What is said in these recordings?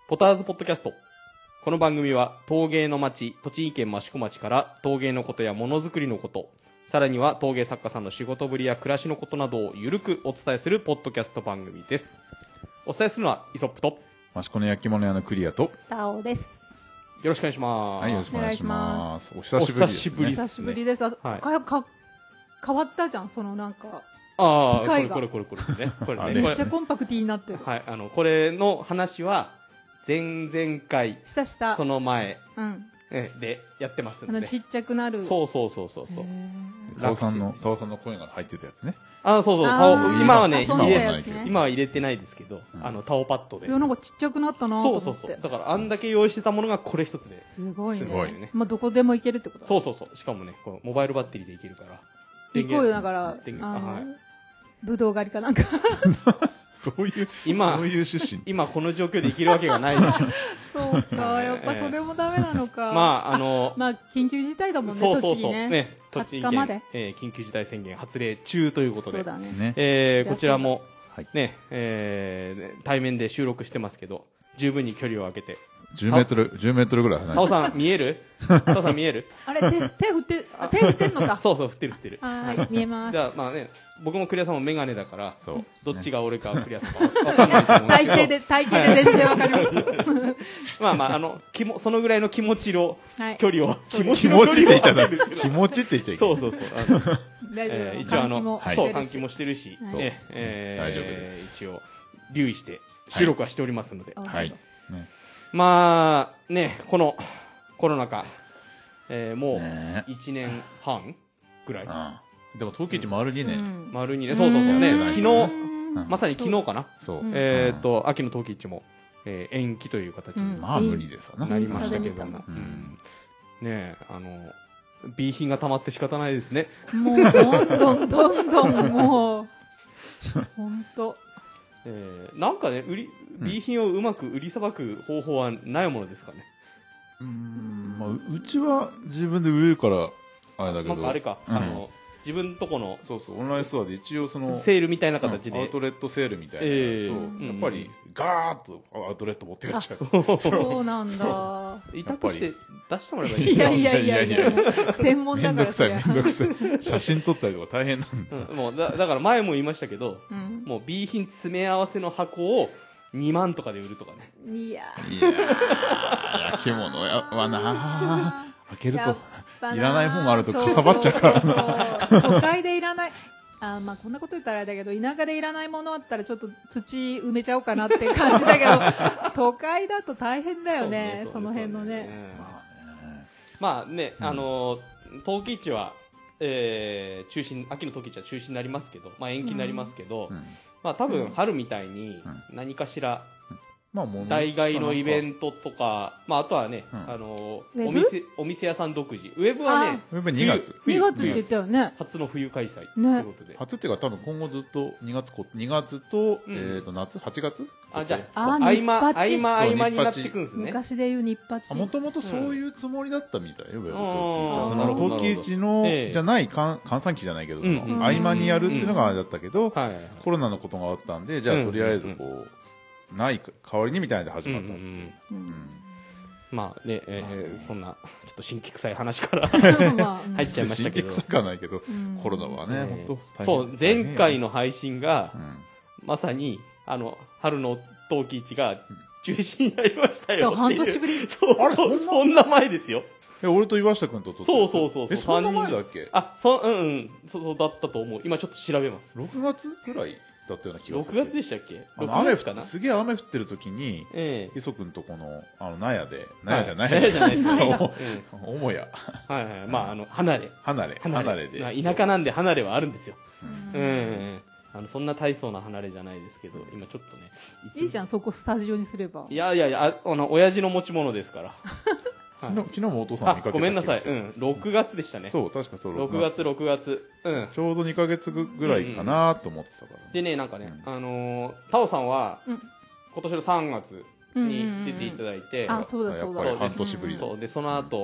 ポターズポッドキャスト。この番組は陶芸の町、栃木県益子町から陶芸のことやものづくりのこと、さらには陶芸作家さんの仕事ぶりや暮らしのことなどをゆるくお伝えするポッドキャスト番組です。お伝えするのはイソップと益子の焼き物屋のクリアとタオです。 よろしくお願いします。 はい、よろしくお願いします。お久しぶりですね。 久しぶりです。変わったじゃん、そのなんか。 ああ、 機械がこれね。これね。 めっちゃコンパクティになってる。 はい、これの話は、前々回、 したその前、 うんでやってますので。 ちっちゃくなる。 そう。 タオさんの声が入ってたやつね。 あ、そう。今はね、今は入れてないですけど、タオパッドで。 いや、なんかちっちゃくなったなと思って。 そう。だから、あんだけ用意してたものがこれ一つです。 すごいね。 すごいね。 まあ、どこでもいけるってことだ。 そう。しかもね、こうモバイルバッテリーでいけるから。 行こうよ、だから、ぶどう狩りかなんか。 そういう趣旨。 今この状況で生きるわけがないでしょ。 そうか、やっぱそれもダメなのか。 まあ緊急事態だもんね。 そう。 栃木ね。 栃木 20日まで緊急事態宣言発令中ということで。 そうだね。 こちらもね、対面で収録してますけど、十分に距離を空けて。 10メートルぐらい離れて。 タオさん見える？ あれ、手振ってんのか。 そう、振ってる。 はい、見えます。 じゃあ、まあね、僕もクリアさんもメガネだから、どっちが俺かクリアさんかわかんないと思うんですけど。 体型で全然わかります。 そのぐらいの気持ちの距離を、 気持ちって言っちゃいけない。 そう。 一応換気もしてるし、 大丈夫です。 一応、留意して収録はしておりますので。 はい。 まあね、このコロナ禍、もう1年半ぐらい。 でも冬季って丸2年。 丸2年。そうね。昨日、まさに昨日かな。 そう。 秋の冬季市も延期という形にまあ無理ですわな。 なりましたけども。ね、B 品が溜まって仕方ないですね。 もうどんどんもう本当。 なんかね、B 品をうまく売りさばく方法はないものですかね。 まあうちは自分で売れるからあれだけど。 あれか、自分とこのオンラインストアで一応そのセールみたいな形でアウトレットセールみたいなのとやっぱりガーッとアウトレット持ってやっちゃう。 そうなんだ。 委託して出してもらえばいい。 いや専門だから。 めんどくさい。写真撮ったりとか大変なんだ。 もうだから前も言いましたけど、もう B 品詰め合わせの箱を2万とかで売るとかね。 いや焼き物はな開けるといらない本があるとかさばっちゃうからな。 都会でいらない。まあこんなこと言ったらあれだけど、田舎でいらないものあったらちょっと土埋めちゃおうかなって感じだけど、都会だと大変だよね、その辺のね。 まあね、冬季市は秋の冬季市は中止になりますけど、まあ延期になりますけど、まあ多分春みたいに何かしら代替のイベントとか、まああとはね、お店屋さん独自、ウェブはね、 ウェブ2月って言ったよね。 初の冬開催ということで。 初っていうか多分今後ずっと2月と夏8月？ じゃあ合間になってくんですね。 昔でいう日八。 もともとそういうつもりだったみたいよ、ウェブその冬季市のじゃない閑散期じゃないけど、合間にやるっていうのがあれだったけど、コロナのことがあったんで、じゃあとりあえずこう。ない代わりにみたいなで始まったっていう。 まあね、そんなちょっと新規臭い話から入っちゃいましたけど。 新規臭くはないけど、コロナはね、本当そう、前回の配信が、まさに、春の冬季市が中止になりましたよ。 半年ぶり。 そんな前ですよ。 俺と岩下君とそう。 そんな前だっけ？ そうだったと思う。今ちょっと調べます。 6月ぐらいだったような気がする。 6月でしたっけ？6月かな。 すげえ雨降ってる時に、磯君とこの、納屋じゃないです母屋。 まあ、離れで。田舎なんで離れはあるんですよ。そんな大層な離れじゃないですけど、今ちょっとね。 いいじゃん、そこスタジオにすれば。 いや、親父の持ち物ですから。 昨日もお父さん見かけた。 ごめんなさい。6月でしたね。 そう、確かそう。 6月。 ちょうど2ヶ月ぐらいかなと思ってたから。 でね、なんかね、タオさんは、今年の3月に出ていただいて、 そうだ。 半年ぶりで、その後、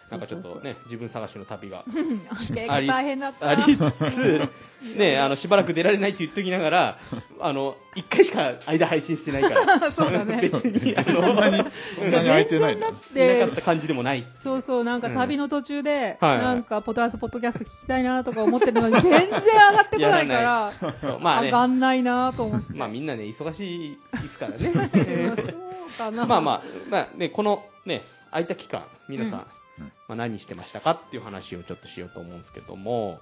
なんかちょっとね自分探しの旅が結構大変だったありつつねしばらく出られないって言っときながら1回しか間配信してないからそうだね別にそんなに空いてないだっなてかった感じでもない。 そうそうなんか旅の途中ではいなんかポターズポッドキャスト聞きたいなとか思ってるのに全然上がってこないからそうまあね上がんないなと思ってまあみんなね忙しいですからねそうかなまあねこのね空いた期間皆さんまあ何してましたかっていう話をちょっとしようと思うんですけども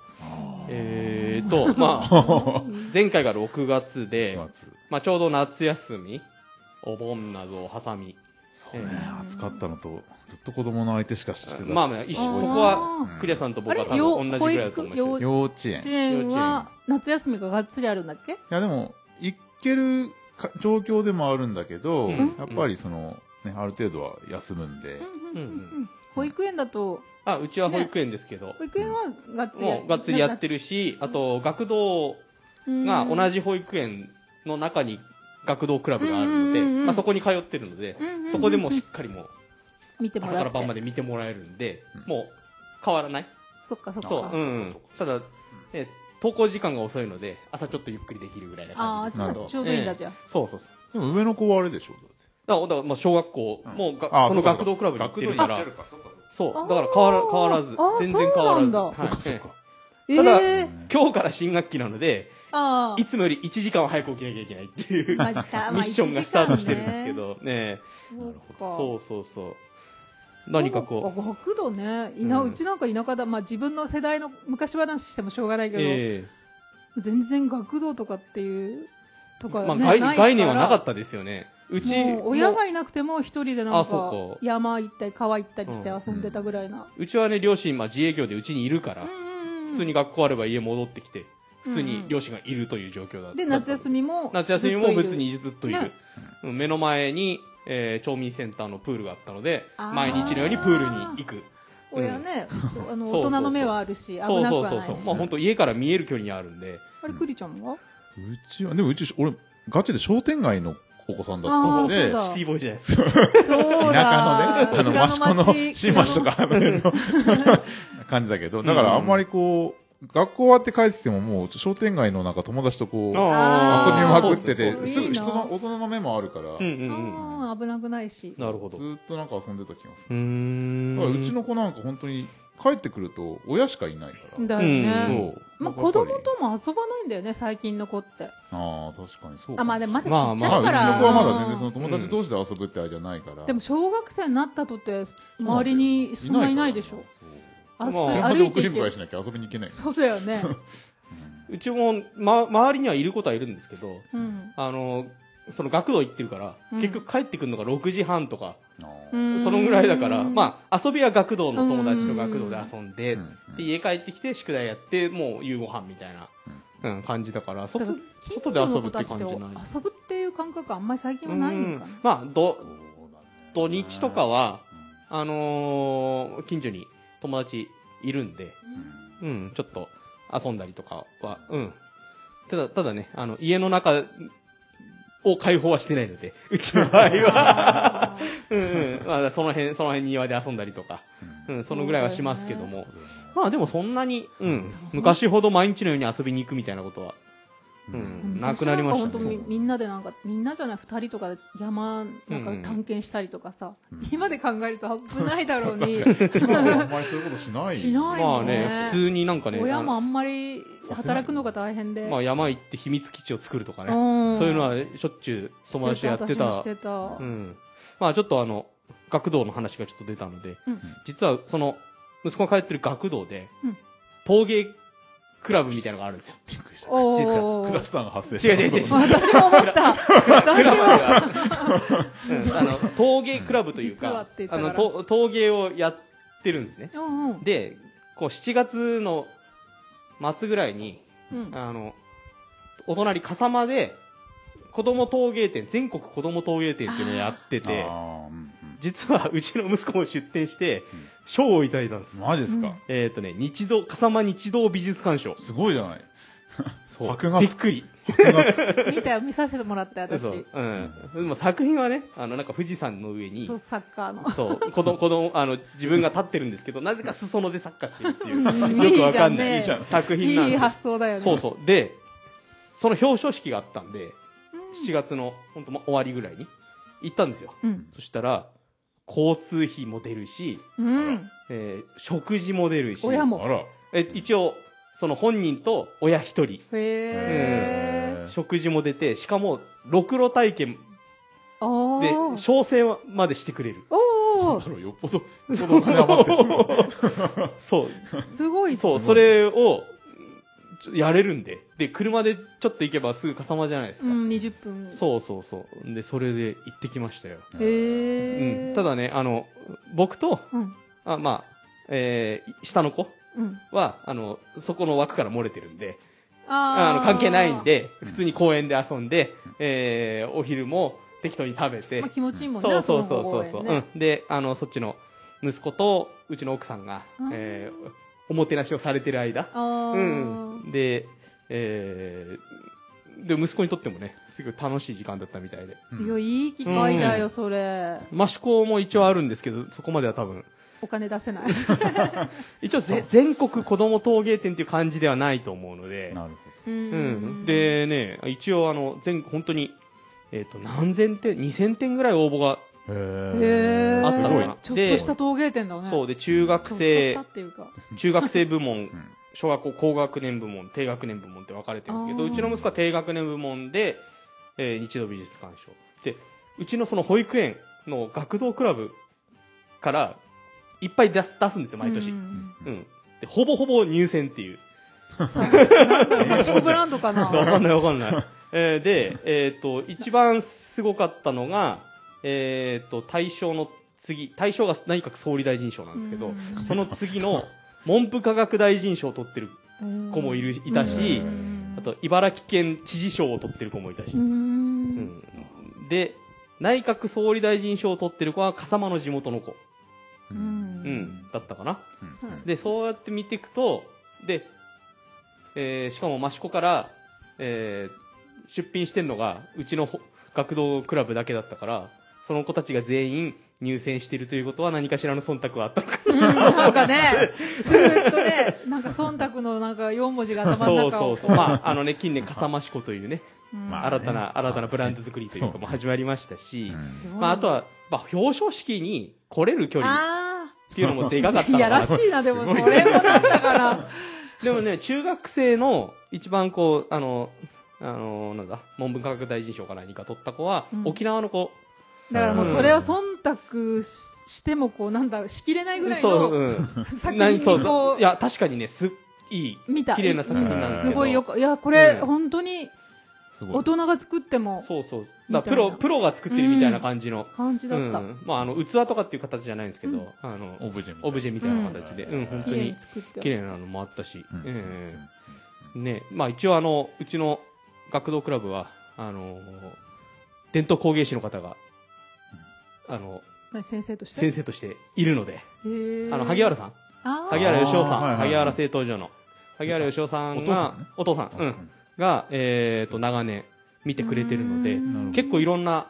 まあ前回が6月でまあちょうど夏休みお盆などを挟みそうね暑かったのとずっと子供の相手しかしてたしまあねそこはクリアさんと僕は多分同じぐらいだと思います。 幼稚園は夏休みががっつりあるんだっけ？いやでも行ける状況でもあるんだけどやっぱりそのねある程度は休むんで保育園だとうちは保育園ですけど保育園はがっつりやってるしあと学童が同じ保育園の中に学童クラブがあるのでまあそこに通ってるのでそこでもしっかりも朝から晩まで見てもらえるんでもう変わらない。 そっかそっかそうただ登校時間が遅いので朝ちょっとゆっくりできるぐらいな感じですけどちょうどいいんだじゃあそうでも上の子はあれでしょだからまあ小学校もその学童クラブに行ってるからそうだから変わらず全然変わらずただ今日から新学期なのでいつもより1時間は早く起きなきゃいけないっていうミッションがスタートしてるんですけどね。そう何かこう学童ねうちなんか田舎だまあ自分の世代の昔話してもしょうがないけど全然学童とかっていうとか概念はなかったですよね。うち親がいなくても一人でなんか山行ったり川行ったりして遊んでたぐらいな。 うちはね両親自営業でうちにいるから普通に学校あれば家戻ってきて普通に両親がいるという状況だった。 で夏休みも別にずっといる目の前に町民センターのプールがあったので毎日のようにプールに行く。 親ね大人の目はあるし危なくはないし本当家から見える距離にあるんで。 あれクリちゃんはうちはでも俺ガチで商店街のお子さんだったのでシティボーイじゃないですか。 田舎のね益子の新橋とかの感じだけどだからあんまりこう学校終わって帰ってきてももう商店街のなんか友達とこう遊びまくっててすぐ人の大人の目もあるから危なくないしなるほどずっとなんか遊んでた気がする。だからうちの子なんか本当に帰ってくると親しかいないからだよね。子供とも遊ばないんだよね最近の子って。 確かにそうか。 まだちっちゃいからうちの子はまだ全然その友達同士で遊ぶってあれじゃないから。 でも小学生になったとって周りにそんないないでしょ。 歩いて送り迎えしなきゃ遊びに行けない。 そうだよね。 うちも周りにはいることはいるんですけどその学童行ってるから結局帰ってくるのが6時半とかそのぐらいだから遊びは学童の友達と学童で遊んでで家帰ってきて宿題やってもう夕ご飯みたいな感じだから外で遊ぶって感じない。 遊ぶっていう感覚あんまり最近はないのかな。 土日とかは近所に友達いるんでちょっと遊んだりとかはただね家の中を開放はしてないのでうちの場合はその辺庭で遊んだりとかそのぐらいはしますけどもでもそんなに昔ほど毎日のように遊びに行くみたいなことはなくなりましたね。 みんなでなんかみんなじゃない2人とかで山なんか探検したりとかさ今で考えると危ないだろうにあんまりそういうことしないしないよね。普通になんかね親もあんまり働くのが大変で山行って秘密基地を作るとかねそういうのはしょっちゅう友達とやってた。ちょっと学童の話がちょっと出たので実はその息子が通ってる学童で陶芸クラブみたいなのがあるんですよ。 びっくりした。実はクラスターが発生した。 違う。 私も思った。 陶芸クラブというか、陶芸をやってるんですね。で、7月の末ぐらいに、お隣笠間で子供陶芸展、全国子供陶芸展っていうのをやってて、実はうちの息子も出展して賞をいただいたんです。 マジですか？ 笠間日動美術館賞。 すごいじゃない。 そう。 箔がびっくり。 見たよ、見させてもらったよ、私。 そう。うん。でも作品はね、なんか富士山の上に、 そう、サッカーの。 そう、子供、自分が立ってるんですけど、なぜか裾野でサッカーしてるっていう、よくわかんない作品なんですよ。 いい発想だよね。 そうそう。で、その表彰式があったんで、7月の本当終わりぐらいに行ったんですよ。そしたら、交通費も出るし、食事も出るし、 親も。 一応、その本人と親一人。食事も出て、しかも、ろくろ体験で、調整までしてくれる。 なんだろう、よっぽどお金余ってる。 そう。 すごい。 そう、それを、やれるんで。で、車でちょっと行けばすぐ笠間じゃないですか。 20分。 そう。で、それで行ってきましたよ。ただね、僕と、まあ、下の子は、そこの枠から漏れてるんで、関係ないんで、普通に公園で遊んで、お昼も適当に食べて。 気持ちいいもんね。 そう。で、そっちの息子とうちの奥さんが、おもてなしをされてる間。で、息子にとってもね、すごい楽しい時間だったみたいで。 いや、いい機会だよ、それ。 益子も一応あるんですけど、そこまでは多分。 お金出せない。 一応全国子ども陶芸展っていう感じではないと思うので。 なるほど。でね、一応本当に、何千点、2000点ぐらい応募があったのかな。 ちょっとした陶芸展だね。 そうで、中学生部門、小学校高学年部門、低学年部門って分かれてるんですけど、うちの息子は低学年部門で、日土美術館賞。で、うちのその保育園の学童クラブからいっぱい出すんですよ、毎年。で、ほぼほぼ入選っていう。 なんだろう、マシコブランドかな。 わかんない。で、一番すごかったのが、大賞が内閣総理大臣賞なんですけど、その次の文部科学大臣賞を取ってる子もいたし、あと茨城県知事賞を取ってる子もいたし、で、内閣総理大臣賞を取ってる子は笠間の地元の子、だったかな。で、そうやって見ていくと、で、しかも益子から、出品してんのがうちの学童クラブだけだったから、その子たちが全員入選しているということは何かしらの忖度はあったのかな。 なんかね、ずーっとね、なんか忖度のなんか4文字が頭の中を。 まあ、近年笠間益子というね、新たなブランド作りというかも始まりましたし、まあ、あとは、表彰式に来れる距離っていうのもでかかったのかな。 いやらしいな、でもそれもなんだから。 でもね、中学生の一番こう、なんだ、文部科学大臣賞か何か取った子は、沖縄の子。 だからもうそれは忖度してもこう、なんだろう、しきれないぐらいの作品にこう。 いや、確かにね、いい、綺麗な作品なんですけど。 すごいよく、いや、これ、本当に、大人が作っても。 そう。だプロが作ってるみたいな感じの。 感じだった。 まあ、器とかっていう形じゃないんですけど、 オブジェみたいな形で、本当に綺麗なのもあったし。ね、まあ一応うちの学童クラブは、伝統工芸士の方が、 先生としているので、萩原さん、萩原義雄さん、萩原製陶所の、萩原義雄さんが、お父さん、が、長年見てくれてるので、結構いろんな、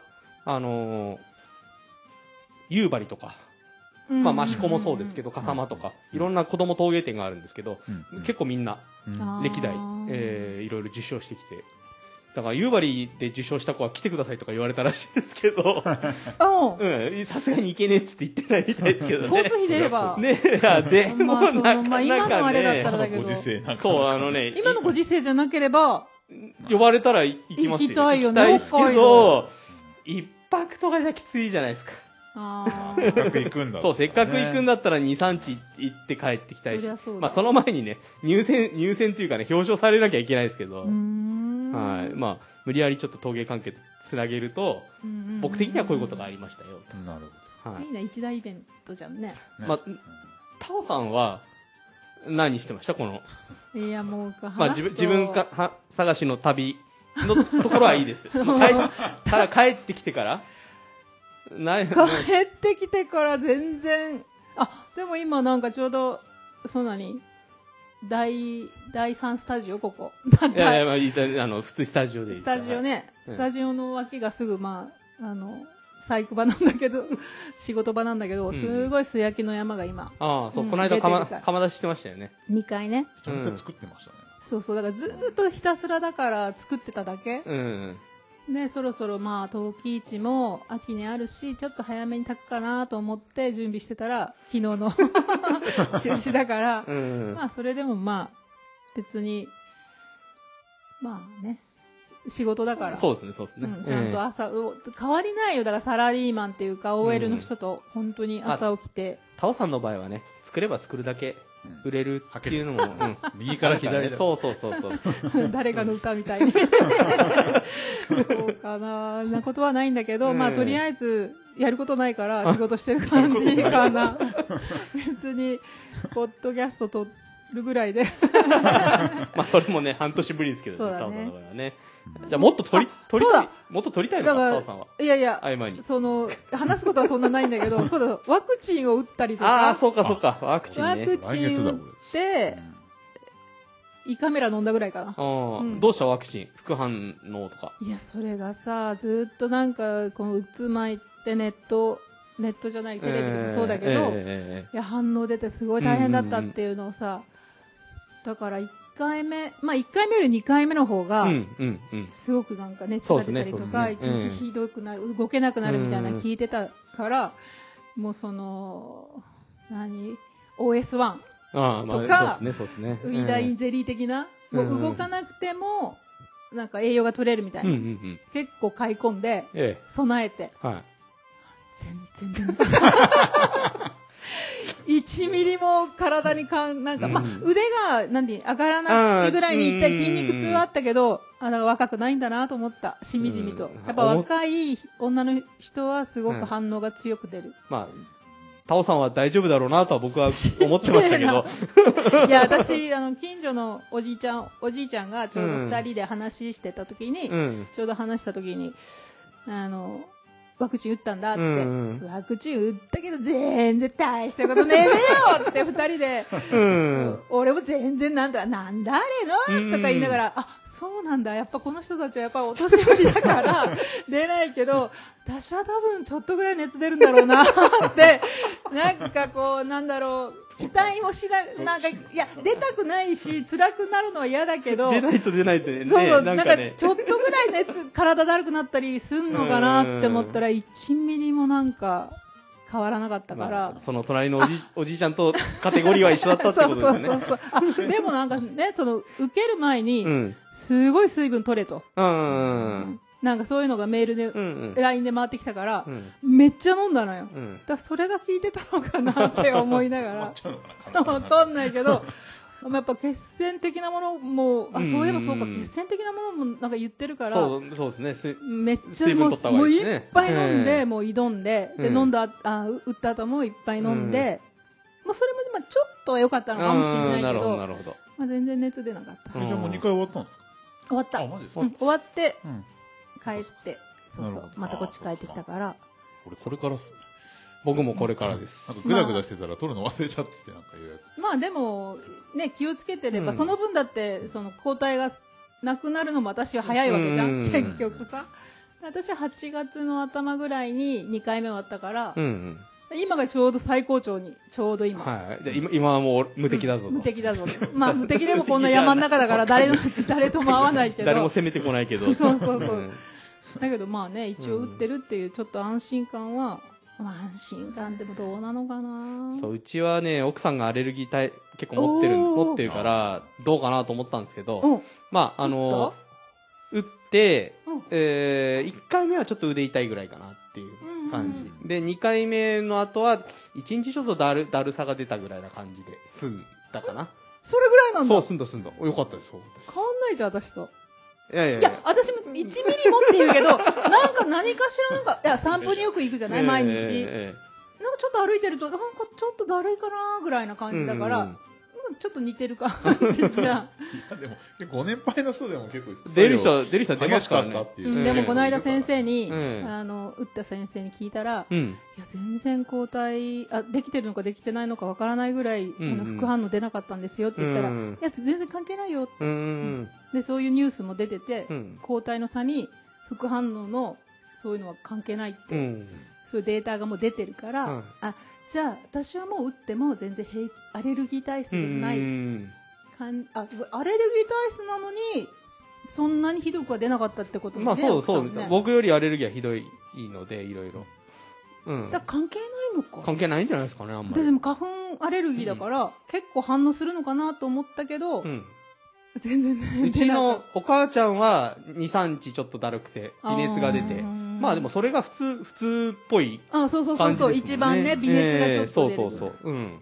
夕張とか、まあ、益子もそうですけど、笠間とか、いろんな子供陶芸展があるんですけど、結構みんな、歴代、いろいろ受賞してきて、だから夕張で受賞した子は来てくださいとか言われたらしいですけど、さすがに行けねえっつって言ってないみたいですけどね。 交通費出れば。 ねえ、でも今のあれだったらだけど。 そう、 今のご時世じゃなければ、 呼ばれたら行きますよ。 行きたいよね。 行きたいですけど、一泊とかじゃきついじゃないですか。 せっかく行くんだ。 そう、せっかく行くんだったら2、3日行って帰ってきたいし。まあその前にね、入選っていうかね、表彰されなきゃいけないですけど、はい。まあ、無理やりちょっと陶芸関係とつなげると、僕的にはこういうことがありましたよ。 なるほど。いいな、一大イベントじゃんね。 まあ、タオさんは、何してましたこの。 いや、もう、 まあ自分探しの旅のところはいいです。帰ってきてから帰ってきてから全然、でも今なんかちょうど、 第3スタジオここ。 いやいや、普通スタジオでいいです。 スタジオね、スタジオの脇がすぐ、まあ、細工場なんだけど、仕事場なんだけど、すごい素焼きの山が今。 ああ、そう、この間窯出ししてましたよね。 2階ね。 めちゃめちゃ作ってましたね。 そうそう、だからずっとひたすらだから作ってただけ。で、そろそろまあ、陶器市も秋にあるし、ちょっと早めに炊くかなと思って準備してたら、昨日の中止だから、まあ、それでもまあ、別に、まあね、仕事だから。 そうですね、そうですね。 ちゃんと朝、変わりないよ。だからサラリーマンっていうか、OL の人と本当に朝起きて。 タオさんの場合はね、作れば作るだけ売れるっていうのも、 右から左で。 そうそうそうそう。 誰かの歌みたいに。そうかな。なことはないんだけど、まあとりあえず、やることないから仕事してる感じかな。別に、ポッドキャスト撮るぐらいで。 まあそれもね、半年ぶりですけどね、タオさんの場合はね。じゃあもっと撮りたい、もっと撮りたいのか、タオさんは。 いやいや、 合間に。 話すことはそんなないんだけど、そうだ、ワクチンを打ったりとか。 ああ、そうかそうか、ワクチンね。 ワクチン打って、胃カメラ飲んだぐらいかな。 どうしたワクチン副反応とか。 いや、それがさ、ずっとなんか、このうつまいってネットじゃない、テレビでもそうだけど、いや、反応出てすごい大変だったっていうのをさ、だから1回目、まあ1回目より2回目の方が、すごくなんか熱が出たりとか、1日ひどくなる、動けなくなるみたいなの聞いてたから、もうOS1 とか、ウイダインゼリー的な、もう動かなくても、なんか栄養が取れるみたいな。結構買い込んで、備えて。全然1ミリも体になんか、まあ、腕が、上がらないぐらいに一体筋肉痛はあったけど、若くないんだなと思った。しみじみと。やっぱ若い女の人はすごく反応が強く出る。 まあ、タオさんは大丈夫だろうなとは僕は思ってましたけど。 いや、私、近所のおじいちゃんがちょうど2人で話してた時に、ちょうど話した時に、ワクチン打ったんだって、ワクチン打ったけど全然大したことねえべよって2人で、俺も全然なんだあれのとか言いながら、あ、そうなんだ、やっぱこの人たちはやっぱお年寄りだから出ないけど、私は多分ちょっとぐらい熱出るんだろうなって、なんかこう、なんだろう、期待もなんか、いや、出たくないし、辛くなるのは嫌だけど、 出ないとね。 そう、なんか、ちょっとぐらい体だるくなったりすんのかなって思ったら、1ミリもなんか、変わらなかったから。 その隣のおじいちゃんとカテゴリーは一緒だったってことですね。 そう。でもなんかね、受ける前に、すごい水分取れと。なんかそういうのがメールで、LINE で回ってきたから、めっちゃ飲んだのよ。だそれが効いてたのかなって思いながら。わかんないけど、やっぱ血栓的なものも、そういえばそうか、血栓的なものもなんか言ってるから、 そうですね。 めっちゃもういっぱい飲んで、もう挑んで、で、打った後もいっぱい飲んで、もうそれもちょっとは良かったのかもしれないけど、まあ全然熱出なかった。 じゃあもう2回終わったんですか？ 終わった。終わって、帰って、またこっち帰ってきたから。 これからっす。 僕もこれからです。 なんかグダグダしてたら取るの忘れちゃっててなんか言うやつ。 まあでも、ね、気をつけてれば、その分だって、抗体がなくなるのも私は早いわけじゃん、結局さ。私は8月の頭ぐらいに2回目終わったから、今がちょうど最高潮に、ちょうど今。 はい。じゃあ今はもう無敵だぞ。 無敵だぞ。まあ無敵でもこんな山の中だから誰とも会わないけど。 誰も攻めてこないけど。 そう。だけどまあね、一応打ってるっていうちょっと安心感は、安心感でもどうなのかな。 そう、うちはね、奥さんがアレルギー結構持ってるから、どうかなと思ったんですけど、まあ、打って、1回目はちょっと腕痛いぐらいかなっていう感じ。で、2回目の後は、1日ちょっとだるさが出たぐらいな感じで済んだかな。 それぐらいなんだ。 そう、済んだ。よかったです。 変わんないじゃん、私と。 いや、 私も1ミリもって言うけど、なんか何かしら散歩によく行くじゃない毎日。なんかちょっと歩いてると、なんかちょっとだるいかなぐらいな感じだから、まちょっと似てる感じじゃん。 いやでもご年配の人でも結構出る人出ますからね。 でもこの間先生に打った先生に聞いたら、いや全然抗体できてるのかできてないのかわからないぐらい副反応出なかったんですよって言ったら、いや全然関係ないよって。でそういうニュースも出てて、抗体の差に副反応のそういうのは関係ないって、そういうデータがもう出てるから、じゃあ私はもう打っても全然アレルギー体質でないアレルギー体質なのにそんなにひどくは出なかったってこともね。 そう僕よりアレルギーはひどいのでいろいろ。 だから関係ないのか。 関係ないんじゃないですかねあんまり。 でも花粉アレルギーだから、結構反応するのかなと思ったけど、全然ね。 うちのお母ちゃんは2、3日ちょっとだるくて微熱が出て。まあでもそれが普通っぽい感じですもんね。 そう一番ね微熱がちょっと出る。 そう。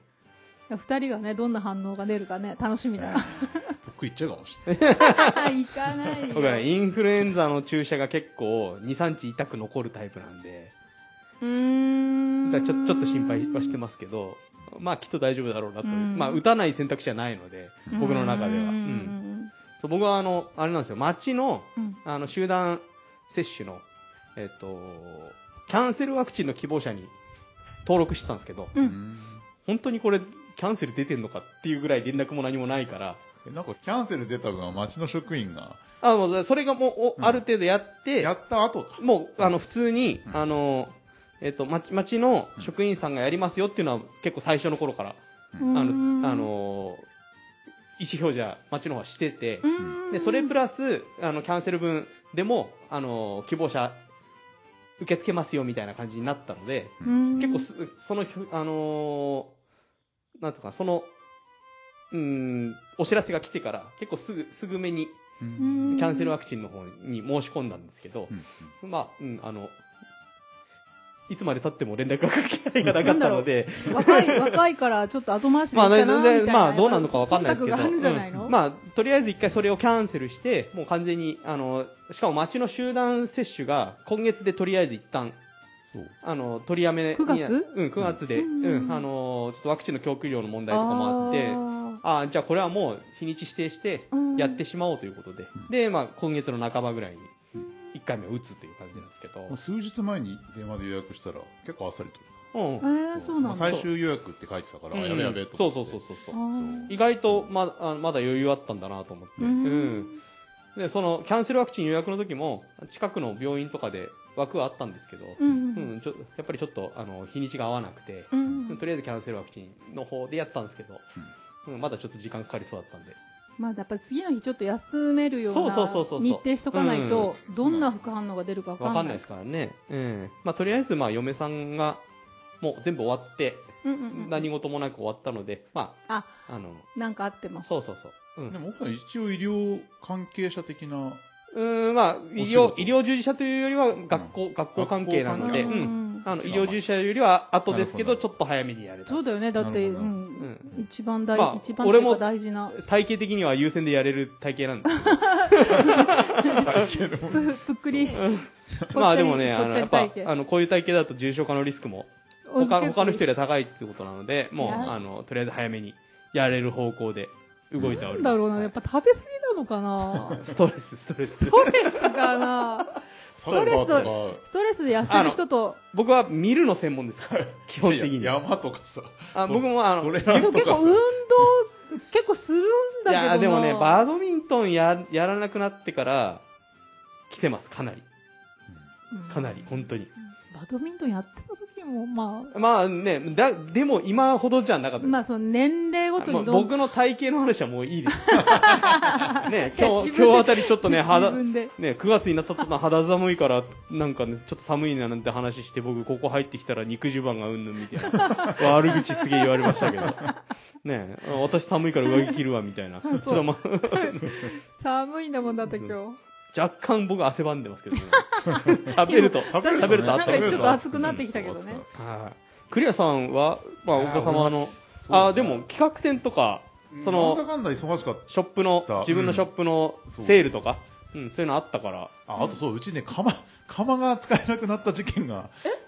2人がねどんな反応が出るかね楽しみだな。 僕行っちゃうかもしれない。行かないよ。 僕はねインフルエンザの注射が結構2、3日痛く残るタイプなんで。だからちょっと心配はしてますけど、まあきっと大丈夫だろうなと。まあ打たない選択肢はないので僕の中では。僕はあれなんですよ町の集団接種のキャンセルワクチンの希望者に登録してたんですけど、本当にこれキャンセル出てんのかっていうぐらい連絡も何もないから。 なんかキャンセル出た分は町の職員がもうそれがもうある程度やってやった後かもう普通に町の職員さんがやりますよっていうのは結構最初の頃から意思表示は町の方はしてて、でそれプラスキャンセル分でも希望者受け付けますよみたいな感じになったので、結構そのなんとかそのお知らせが来てから結構すぐめにキャンセルワクチンの方に申し込んだんですけど、まあいつまで経っても連絡がかけられなかったので若いからちょっと後回しでいいかなみたいな、 まあどうなるのかわかんないですけど、 まあとりあえず一回それをキャンセルしてもう完全にしかも町の集団接種が今月でとりあえず一旦取りやめ 9月 9月でちょっとワクチンの供給量の問題とかもあってじゃあこれはもう日にち指定してやってしまおうということで、でまあ今月の半ばぐらいに1回目を打つという感じなんですけど、 数日前に電話で予約したら結構あっさりとそうなんだ。 最終予約って書いてたからやべやべと思って。 そう意外とまだ余裕あったんだなと思って、でそのキャンセルワクチン予約の時も近くの病院とかで枠はあったんですけど、やっぱりちょっと日にちが合わなくて、とりあえずキャンセルワクチンの方でやったんですけど、まだちょっと時間かかりそうだったんで。 まあやっぱり次の日ちょっと休めるような日程しとかないとどんな副反応が出るか分かんないですからね。まあとりあえずまあ嫁さんがもう全部終わって何事もなく終わったので、まあなんかあってもそう。 でも僕は一応医療関係者的なまあ医療従事者というよりは学校関係なので、医療従事者よりは後ですけどちょっと早めにやれた。 そうだよね。だって一番俺も大事な体型的には優先でやれる体型なんですけどぷっくりまあでもねやっぱこういう体型だと重症化のリスクも他の人よりは高いっていうことなので、もうとりあえず早めにやれる方向で動いております。 なんだろうな、やっぱ食べ過ぎなのかな。 ストレスかな。ストレスで痩せる人と僕は見るの専門ですから基本的に。 山とかさ。 僕も結構運動結構するんだけどな。 いやでもねバドミントンやらなくなってから来てますかなり本当に。 バドミントンやってた時もまあねでも今ほどじゃなかったです。 まあその年齢ごとに僕の体型の話はもういいですね。今日あたりちょっとね9月になったと肌寒いからなんかねちょっと寒いななんて話して、僕ここ入ってきたら肉襦袢がうんぬんみたいな悪口すげえ言われましたけどね、私寒いから上着着るわみたいな。ちょっと寒いんだもんだって今日。 若干僕汗ばんでますけどね。喋るとなんかちょっと熱くなってきたけどね。 クリアさんはまあお子様のでも企画展とかそのショップの自分のショップのセールとかそういうのあったから。 あとそううちね窯が使えなくなった事件が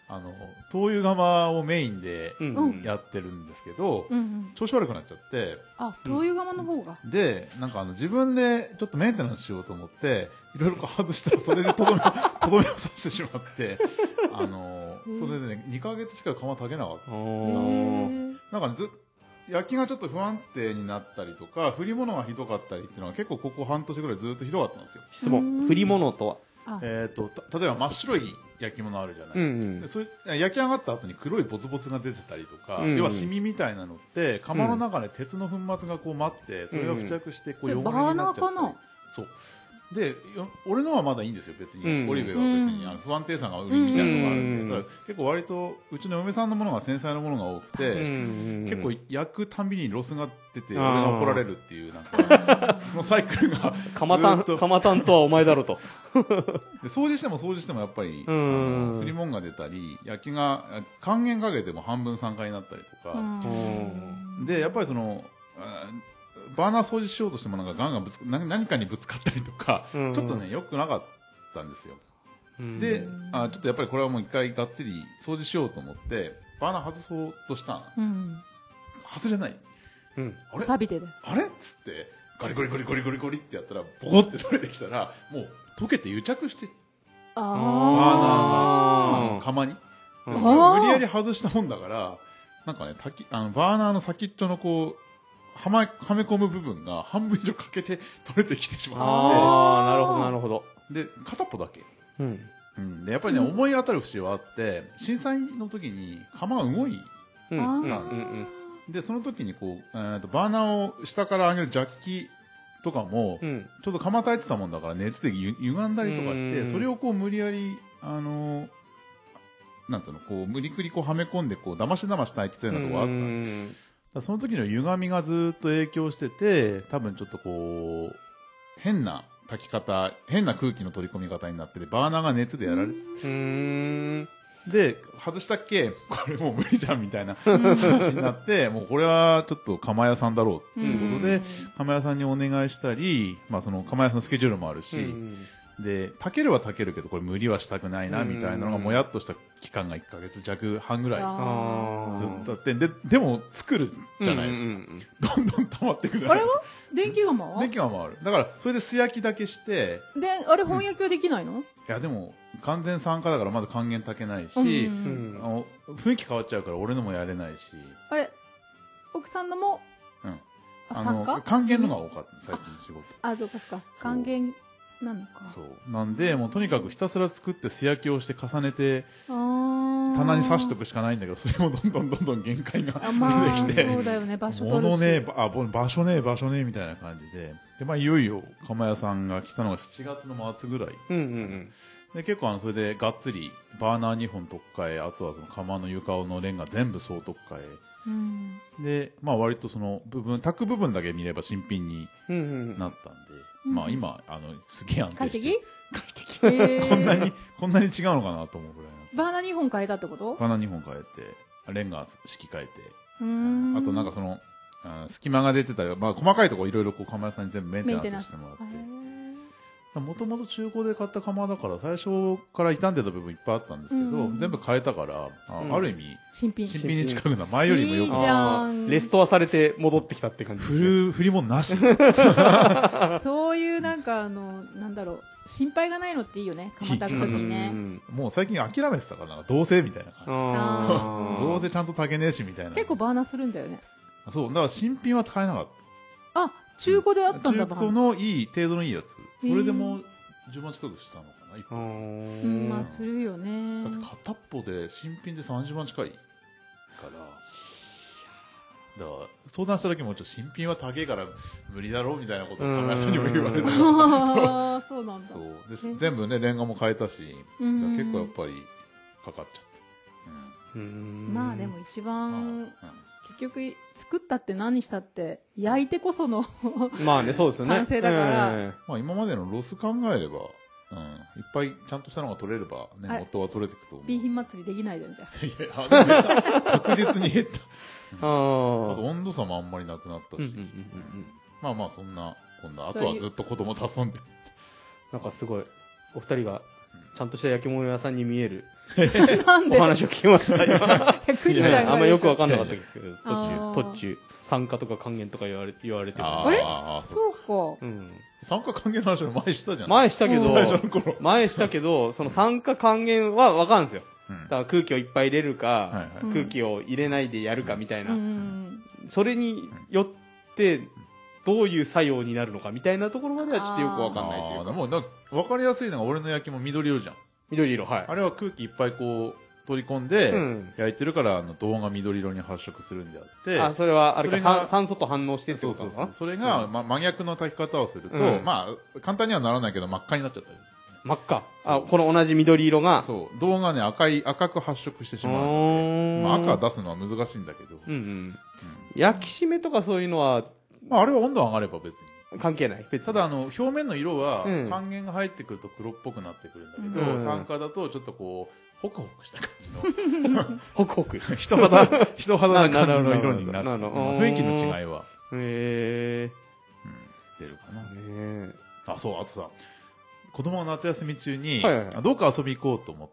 灯油窯をメインでやってるんですけど、調子悪くなっちゃって。 あ、灯油窯の方が。 で、なんか自分でちょっとメンテナンスしようと思って、いろいろ外したらそれでとどめを刺してしまって、それでね、2ヶ月しか窯炊けなかった。なんかね、焼きがちょっと不安定になったりとか、振り物がひどかったりっていうのは結構ここ半年ぐらいずっとひどかったんですよ。 質問。振り物とは例えば真っ白い焼き物あるじゃない、でそういう焼き上がった後に黒いボツボツが出てたりとか、要はシミみたいなのって窯の中で鉄の粉末がこう舞ってそれが付着してこう汚れになっちゃったり、そうで俺のはまだいいんですよ別に、オリベは別に不安定さが売りみたいなのがあるんで、だから結構割とうちの嫁さんのものが繊細なものが多くて、結構焼くたんびにロスが出て俺が怒られるっていうなんかそのサイクルが釜担とはお前だろとで掃除してもやっぱり振り物が出たり焼きが還元かけても半分酸化になったりとかで、やっぱりそのバーナー掃除しようとしてもなんかガンガン何かにぶつかったりとか、ちょっとね良くなかったんですよ。でちょっとやっぱりこれはもう一回がっつり掃除しようと思ってバーナー外そうとした外れない、 あれ錆びてるあれっつってガリゴリゴリゴリゴリゴリってやったらボコって取れてきたらもう溶けて癒着してバーナーが釜に無理やり外したもんだからなんかねバーナーの先っちょのこうはめ込む部分が半分以上欠けて取れてきてしまって、 なるほどなるほど。 で片っぽだけ、でやっぱりね、思い当たる節はあって震災の時に釜が動いたでその時にこう、バーナーを下から上げるジャッキとかも、ちょっと釜炊いてたもんだから熱で歪んだりとかしてそれをこう無理やりなんていうのこう無理くりこうはめ込んでこうだまし炊いてたようなとこがあったんで。その時の歪みがずっと影響してて多分ちょっとこう変な炊き方変な空気の取り込み方になっててバーナーが熱でやられてで外したっけこれもう無理じゃんみたいな話になってもうこれはちょっと釜屋さんだろうっていうことで釜屋さんにお願いしたり、まあ、その釜屋さんのスケジュールもあるしで炊けるは炊けるけどこれ無理はしたくないなみたいなのがもやっとした期間が1ヶ月弱半ぐらいずっとあってでも作るじゃないですか、どんどん溜まってくる。 あれは電気釜は電気釜あるだからそれで素焼きだけしてであれ本焼きはできないの、 いやでも完全酸化だからまず還元炊けないし、雰囲気変わっちゃうから俺のもやれないしあれ奥さんのも酸化還元のが多かった最近仕事そうか還元なのかそうなんでもうとにかくひたすら作って素焼きをして重ねて棚に刺しとくしかないんだけどそれもどんどん限界が出てきてそうだよね場所取るし場所ねみたいな感じでまあいよいよ釜屋さんが来たのが7月の末ぐらいで結構それでがっつりバーナー2本取っ替えあとはその釜の床のレンガ全部総取っ替えでまあ割とその炊く部分だけ見れば新品になったんでまあ今すげえ安定して快適こんなに違うのかなと思うぐらいバーナー2本変えたってこと？ バーナー2本変えてレンガ敷き替えてあとなんかその隙間が出てたり、まあ、細かいところいろいろ釜屋さんに全部メンテナンスしてもらってもともと中古で買った釜だから最初から傷んでた部分いっぱいあったんですけど全部変えたからある意味新品に近くな前よりもよくいいじゃんレストアされて戻ってきたって感じですね。 振り物なしそういうなんかなんだろう心配がないのっていいよね釜炊くときにねもう最近諦めてたからどうせみたいな感じどうせちゃんと炊けねえしみたいな結構バーナーするんだよねそうだから新品は買えなかった中古であったんだ中古の程度のいいやつそれでも10万近くしたのかな1本まあするよねだって片っぽで新品で30万近いからだから相談した時も新品は高いから無理だろうみたいなことを釜屋さんにも言われたからそうなんだそうで全部ねレンガも変えたし結構やっぱりかかっちゃったまあでも一番結局作ったって何したって焼いてこそのまあねそうですよね完成だからまあ今までのロス考えればいっぱいちゃんとしたのが取れればね元は取れていくと思う B 品祭りできないじゃんじゃあ確実に減ったあと温度差もあんまりなくなったしまあまあそんな今度あとはずっと子供と遊んでなんかすごいお二人がちゃんとした焼き物屋さんに見えるなんでお話を聞きました、今。 クリちゃんが。 あんまよくわかんなかったですけど、途中、酸化とか還元とか言われてる。 あれそうか。 酸化還元の話も前したじゃん。 前したけど、その酸化還元はわかるんですよ。だから空気をいっぱい入れるか、空気を入れないでやるかみたいな。それによって、どういう作用になるのかみたいなところまではちょっとよくわかんないというか。 もう分かりやすいのが俺の焼きも緑色じゃん。 緑色、はい。 あれは空気いっぱいこう取り込んで焼いてるから銅が緑色に発色するんであって。 あ、それはあれか、酸素と反応してってことかな。 それが真逆の炊き方をすると、まあ簡単にはならないけど真っ赤になっちゃったり。 真っ赤。あ、この同じ緑色が。 そう。銅がね、赤く発色してしまうので、まあ赤出すのは難しいんだけど。 焼き締めとかそういうのは、 まああれは温度上がれば別に。 関係ない。 ただ表面の色は、還元が入ってくると黒っぽくなってくるんだけど、酸化だとちょっとこう、ホクホクした感じの。 ホクホク。 人肌な感じの色になる。雰囲気の違いは。出るかな。あ、そう、あとさ、子供が夏休み中に、どっか遊び行こうと思って、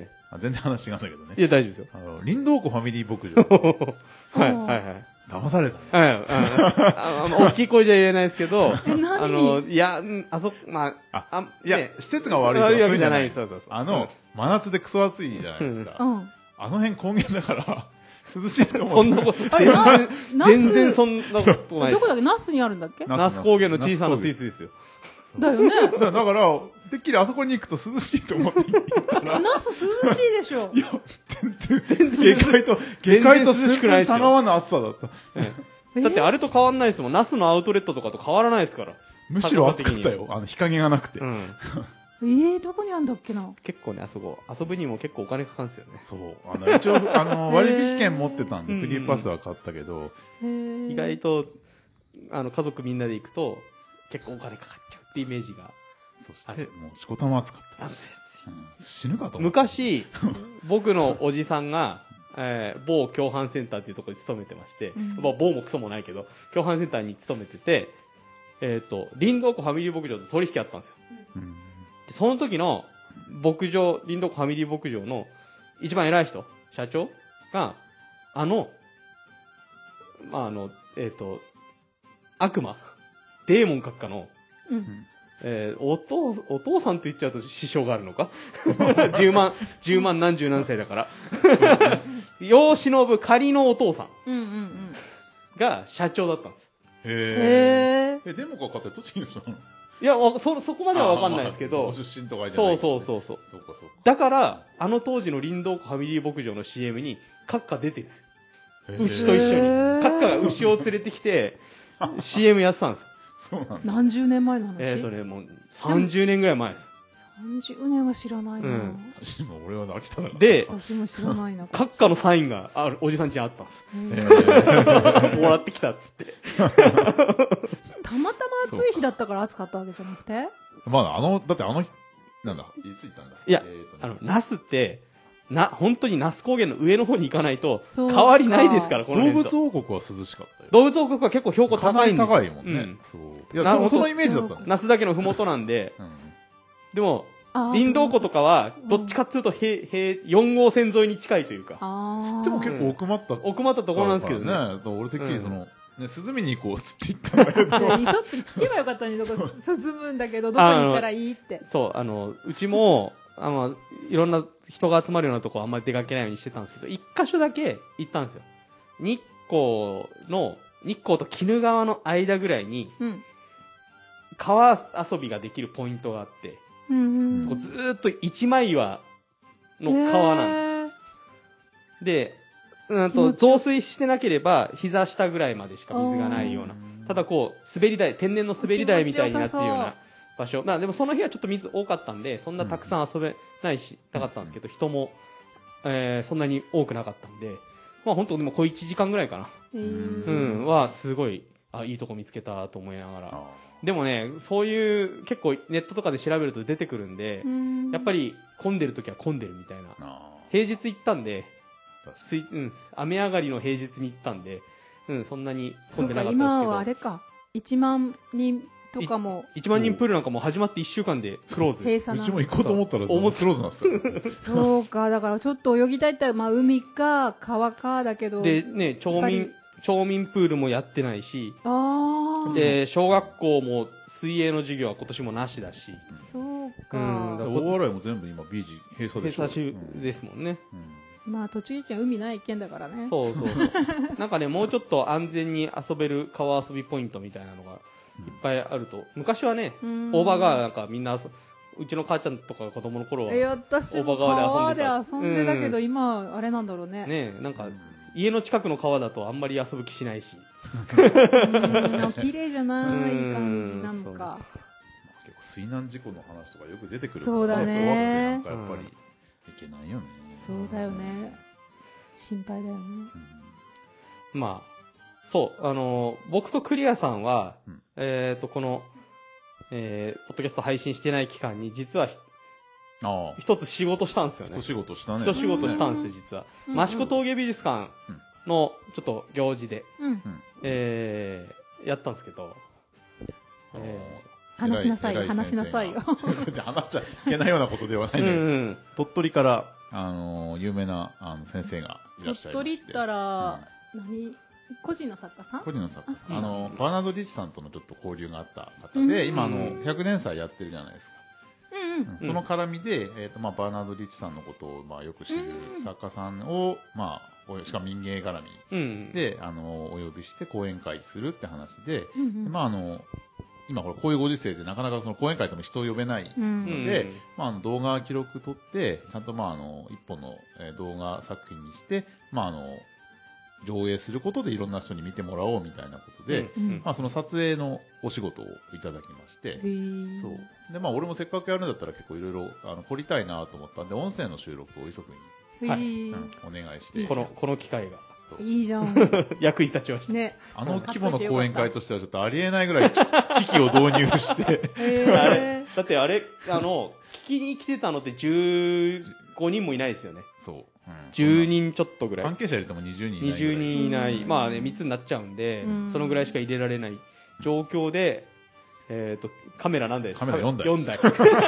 全然話違うんだけどね。 いや、大丈夫ですよ。 林道湖ファミリー牧場。 はいはい騙されたね。大きい声じゃ言えないですけど、いや、 いや、施設が悪いわけじゃない。そう。 真夏でクソ暑いじゃないですか。あの辺高原だから、涼しいと思う。そんなこと、 全然そんなことないです。 どこだっけ？那須にあるんだっけ？ 那須高原の小さなスイスですよ。 だよね。 だから、てっきりあそこに行くと涼しいと思って行ったら。 那須涼しいでしょ。 いや、全然、下界とすぐたがわぬ暑さだった。 だってあれと変わんないですもん。那須のアウトレットとかと変わらないですから。 むしろ暑かったよ。日陰がなくて。 どこにあんだっけな。 結構ね、あそこ、遊ぶにも結構お金かかるんですよね。 そう。一応、割引券持ってたんで、フリーパスは買ったけど。 意外と、家族みんなで行くと、結構お金かかっちゃうってイメージが。 そして、もう、しこたま暑かった。 暑いですよ。 死ぬかと思った。 昔、僕のおじさんが、某共販センターっていうところに勤めてまして、某もクソもないけど、共販センターに勤めてて、林道湖ファミリー牧場と取引あったんですよ。その時の林道湖ファミリー牧場の一番偉い人、社長が、悪魔、デーモン閣下の、お父さんって言っちゃうと支障があるのか10万何十何歳だから。世を忍ぶ仮のお父さんが社長だったんです。 へえ。 デモかかって栃木の人なの？ いや、そこまではわかんないですけど。 ご出身とかじゃない。 そう。だから、当時の林道湖ファミリー牧場の CM に、閣下出てるんです。牛と一緒に。閣下が牛を連れてきて、CM やってたんです。 そうなんだ。 何十年前の話？ もう30年ぐらい前です。 30年は知らないな。 私も俺は飽きたな。 で、 私も知らないな。 閣下のサインがおじさん家にあったんです。もらってきたっつって。 たまたま暑い日だったから暑かったわけじゃなくて？ まあ、だってなんだ、いつ行ったんだ？ いや、那須って、本当に那須高原の上の方に行かないと、変わりないですから、この辺と。動物王国は涼しかったよ。 動物王国は結構標高高いんですよ。 高いもんね。そう。いや、そのイメージだったの。 那須岳のふもとなんで、でも、林道湖とかは、どっちかっつうと、4号線沿いに近いというか。 つっても結構奥まった。 奥まったところなんですけどね。 俺てっきり涼みに行こうっつって言ったんだけど。 急って聞けばよかったのに、どこ涼むんだけど、どこに行ったらいいって。 そう、うちも、いろんな人が集まるようなとこあんまり出かけないようにしてたんですけど、一箇所だけ行ったんですよ。日光と鬼怒川の間ぐらいに、川遊びができるポイントがあって、そこずーっと一枚岩の川なんです。で、増水してなければ膝下ぐらいまでしか水がないような。ただ滑り台、天然の滑り台みたいになっているような場所。でもその日はちょっと水多かったんで、そんなたくさん遊べないし、なかったんですけど、人も、そんなに多くなかったんで、まあ本当でも1時間ぐらいかな。は、すごい、いいとこ見つけたと思いながら。でもね、そういう結構ネットとかで調べると出てくるんで、やっぱり混んでる時は混んでるみたいな。平日行ったんで、雨上がりの平日に行ったんで、そんなに混んでなかったですけど。 今はあれか、1万人とかも 1万人プールなんかも始まって1週間でクローズ閉鎖うちも行こうと思ったらクローズなんですよ。 そうか、だからちょっと泳ぎたいって、まあ海か川かだけど。 でね、町民プールもやってないし、 で小学校も水泳の授業は今年もなしだし、 そうか、 大洗も全部今ビーチ閉鎖でしょ。 閉鎖ですもんね。 まあ栃木県海ない県だからね。 そうなんかね、もうちょっと安全に遊べる川遊びポイントみたいなのがいっぱいあると。昔はね、大場川なんかみんなうちの母ちゃんとか子供の頃は私も川で遊んでたけど、今あれなんだろうね。 ね、なんか家の近くの川だとあんまり遊ぶ気しないし、 綺麗じゃない感じなのか。 結構水難事故の話とかよく出てくる。 そうだね。 なんかやっぱりいけないよね。 そうだよね。心配だよね。 まあそう僕とクリアさんはこのポッドキャスト配信してない期間に実は一つ仕事したんですよね。 一仕事したね。 一仕事したんですよ、実は。益子峠美術館のちょっと行事で、やったんですけど、 話しなさいよ。 話しちゃいけないようなことではないね。鳥取から有名な先生がいらっしゃいまして。鳥取ったら個人の作家さん？ 個人の作家さん。バーナード・リーチさんとのちょっと交流があった方で、今100年祭やってるじゃないですか。その絡みで、バーナード・リーチさんのことをよく知る作家さんを、しかも民芸絡みでお呼びして講演会するって話で、今こういうご時世でなかなかその講演会でも人を呼べないので、動画記録撮ってちゃんと一本の動画作品にして、上映することでいろんな人に見てもらおうみたいなことで、その撮影のお仕事をいただきまして、そうで俺もせっかくやるんだったら結構いろいろ撮りたいなと思ったんで、音声の収録を急ぐに、お願いして、 この機会がいいじゃん役に立ちましたね。 規模の講演会としてはちょっとありえないぐらい機器を導入してだってあれ聞きに来てたのって15人もいないですよね。 そう 10人ちょっとぐらい。 関係者入れても20人いない。 20人いない。まあね、密になっちゃうんで、そのぐらいしか入れられない状況で、カメラ何台？ カメラ4台。 4台。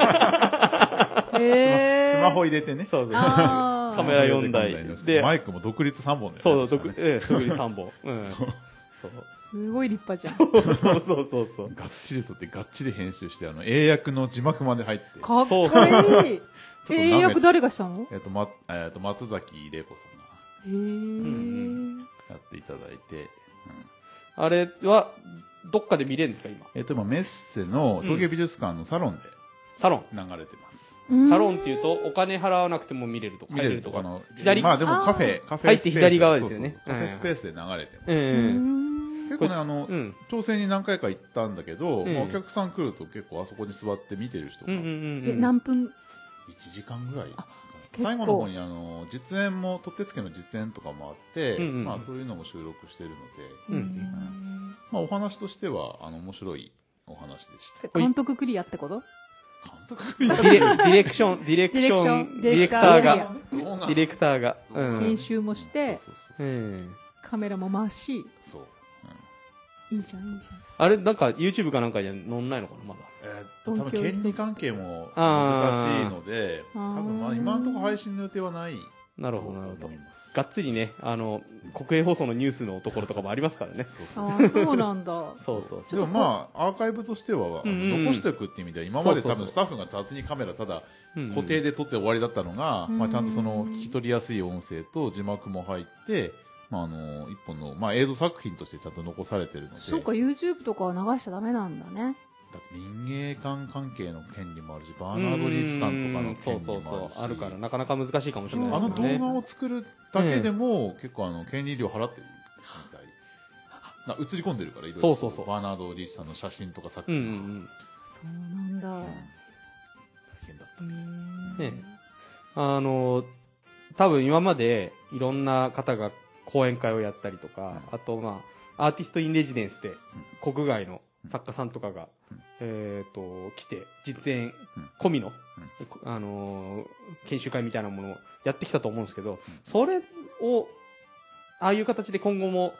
スマホ入れてね。 そうそう。カメラ4台。 で、マイクも独立3本で。 そう、独立3本。そう。 すごい立派じゃん。 そう。 がっちり撮って、がっちり編集して、英訳の字幕まで入って。 かっこいい。英訳誰がしたの？ 松崎玲子さんがやっていただいて、 あれはどっかで見れるんですか今？ 今メッセの東京美術館のサロンで流れてます。 サロンっていうとお金払わなくても見れるとか。 見れるとか左。 まあでもカフェ入って左側ですよね。 カフェスペースで流れてます。結構ね調整に何回か行ったんだけど、お客さん来ると結構あそこに座って見てる人が。 何分 ？1時間ぐらい。最後の方に実演も取ってつけの実演とかもあって、そういうのも収録してるので、お話としては面白いお話でした。 監督クリアってこと？ 監督クリア。 ディレクションディレクターが編集もしてカメラも回し。 そう。 いいじゃん。 あれなんか YouTube かなんかには載んないのかなまだ。 多分権利関係も難しいので、多分今のところ配信の予定はない。 なるほど。がっつりね国営放送のニュースのところとかもありますからね。 そうなんだ。 そうでもアーカイブとしては残しておくっていう意味では、今まで多分スタッフが雑にカメラただ固定で撮って終わりだったのが、ちゃんとその聞き取りやすい音声と字幕も入って。一本の映像作品としてちゃんと残されてるので。 そうか、 YouTube とかは流しちゃダメなんだね。 だって民芸館関係の権利もあるし、バーナード・リーチさんとかの権利もあるし、 あるからなかなか難しいかもしれないですね。動画を作るだけでも結構権利料払ってるみたい。映り込んでるからいろいろ。そうバーナード・リーチさんの写真とか作品。 そうなんだ。大変だったね。多分今までいろんな方が講演会をやったりとか、あとアーティストインレジデンスって国外の作家さんとかが来て実演込みの研修会みたいなものをやってきたと思うんですけど、それをああいう形で今後も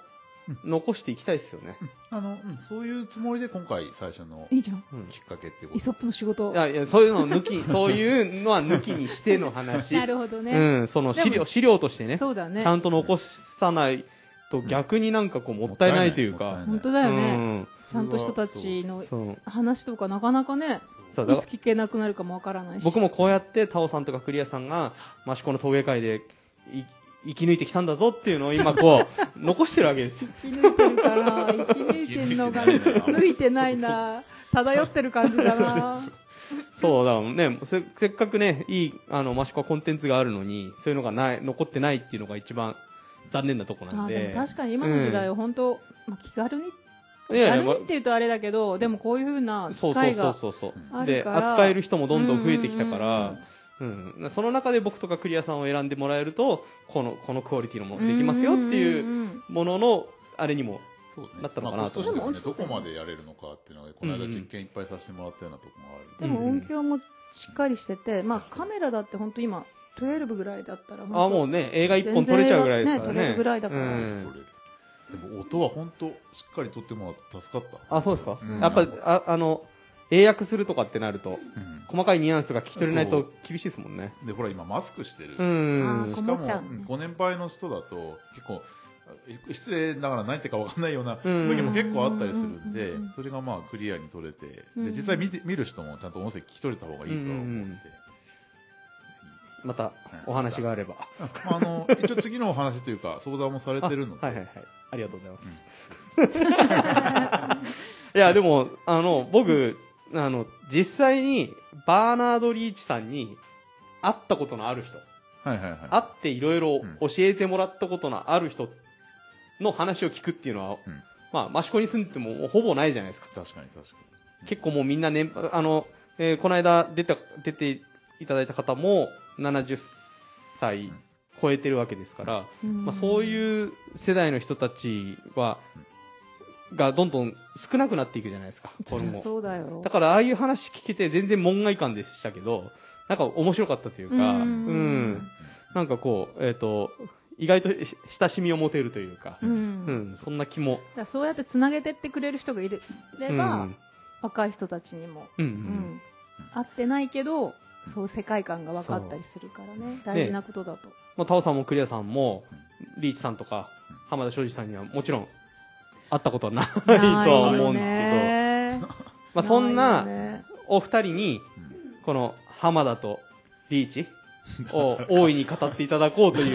残していきたいですよね。 そういうつもりで今回最初のいいじゃんきっかけってこと。 イソップの仕事。 いやそういうの抜きそういうのは抜きにしての話。 なるほどね。 その資料としてね。 そうだね。 ちゃんと残さないと逆になんかこうもったいないというか。 本当だよね。ちゃんと人たちの話とかなかなかね。いつ聞けなくなるかもわからないし。 僕もこうやってタオさんとかクリアさんが益子の陶芸会で生き抜いてきたんだぞっていうのを今こう残してるわけですよ。 生き抜いてるかな、生き抜いてるのが抜いてないな、漂ってる感じだな。 そうだね、せっかくねいい益子コンテンツがあるのにそういうのが残ってないっていうのが一番残念なとこなんで。 でも確かに今の時代は本当、気軽にって言うとあれだけど、でもこういう風な機会があるから扱える人もどんどん増えてきたから。その中で僕とかクリアさんを選んでもらえるとこのクオリティのものできますよっていうもののあれにもなったのかなと。 でもどこまでやれるのかっていうのはこの間実験いっぱいさせてもらったようなところもある。 でも音響もしっかりしてて、カメラだって本当今12ぐらいだったらもうね映画1本撮れちゃうぐらいですからね。 撮れるぐらいだから。 でも音は本当しっかり撮ってもらって助かった。 そうですか。やっぱ英訳するとかってなると、細かいニュアンスとか聞き取れないと厳しいですもんね。 でほら今マスクしてる。しかもご年配の人だと結構失礼ながら何言ってか分かんないような時も結構あったりするんで、それがクリアに撮れて、で実際見る人もちゃんと音声聞き取れた方がいいとは思って。 またお話があれば。 一応次のお話というか相談もされてるので。 ありがとうございます。いやでも僕実際にバーナード・リーチさんに会ったことのある人、会っていろいろ教えてもらったことのある人の話を聞くっていうのは、益子に住んでもほぼないじゃないですか。 確かに結構もうみんなね、この間出ていただいた方も70歳超えてるわけですから、そういう世代の人たちがどんどん少なくなっていくじゃないですか。 そうだよ。 だからああいう話聞けて全然門外漢でしたけど、なんか面白かったというか、なんかこう意外と親しみを持てるというか、そんな気も。 そうやってつなげてってくれる人がいれば、若い人たちにも会ってないけど、そう世界観が分かったりするからね、大事なことだと。 タオさんもクリアさんもリーチさんとか浜田庄司さんにはもちろん会ったことはないとは思うんですけど、そんなお二人にこの浜田とリーチを大いに語っていただこうという。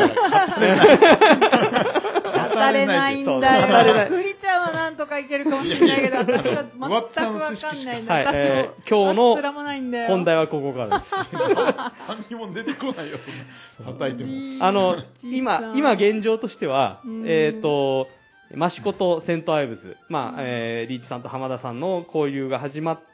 語れないんだよ。クリちゃんはなんとかいけるかもしれないけど、私は全く分かんないんだ。私も今日の本題はここからです。 何にも出てこないよ、そんな叩いても。今現状としては、益子とセントアイブズ、リーチさんと浜田さんの交流が始まって、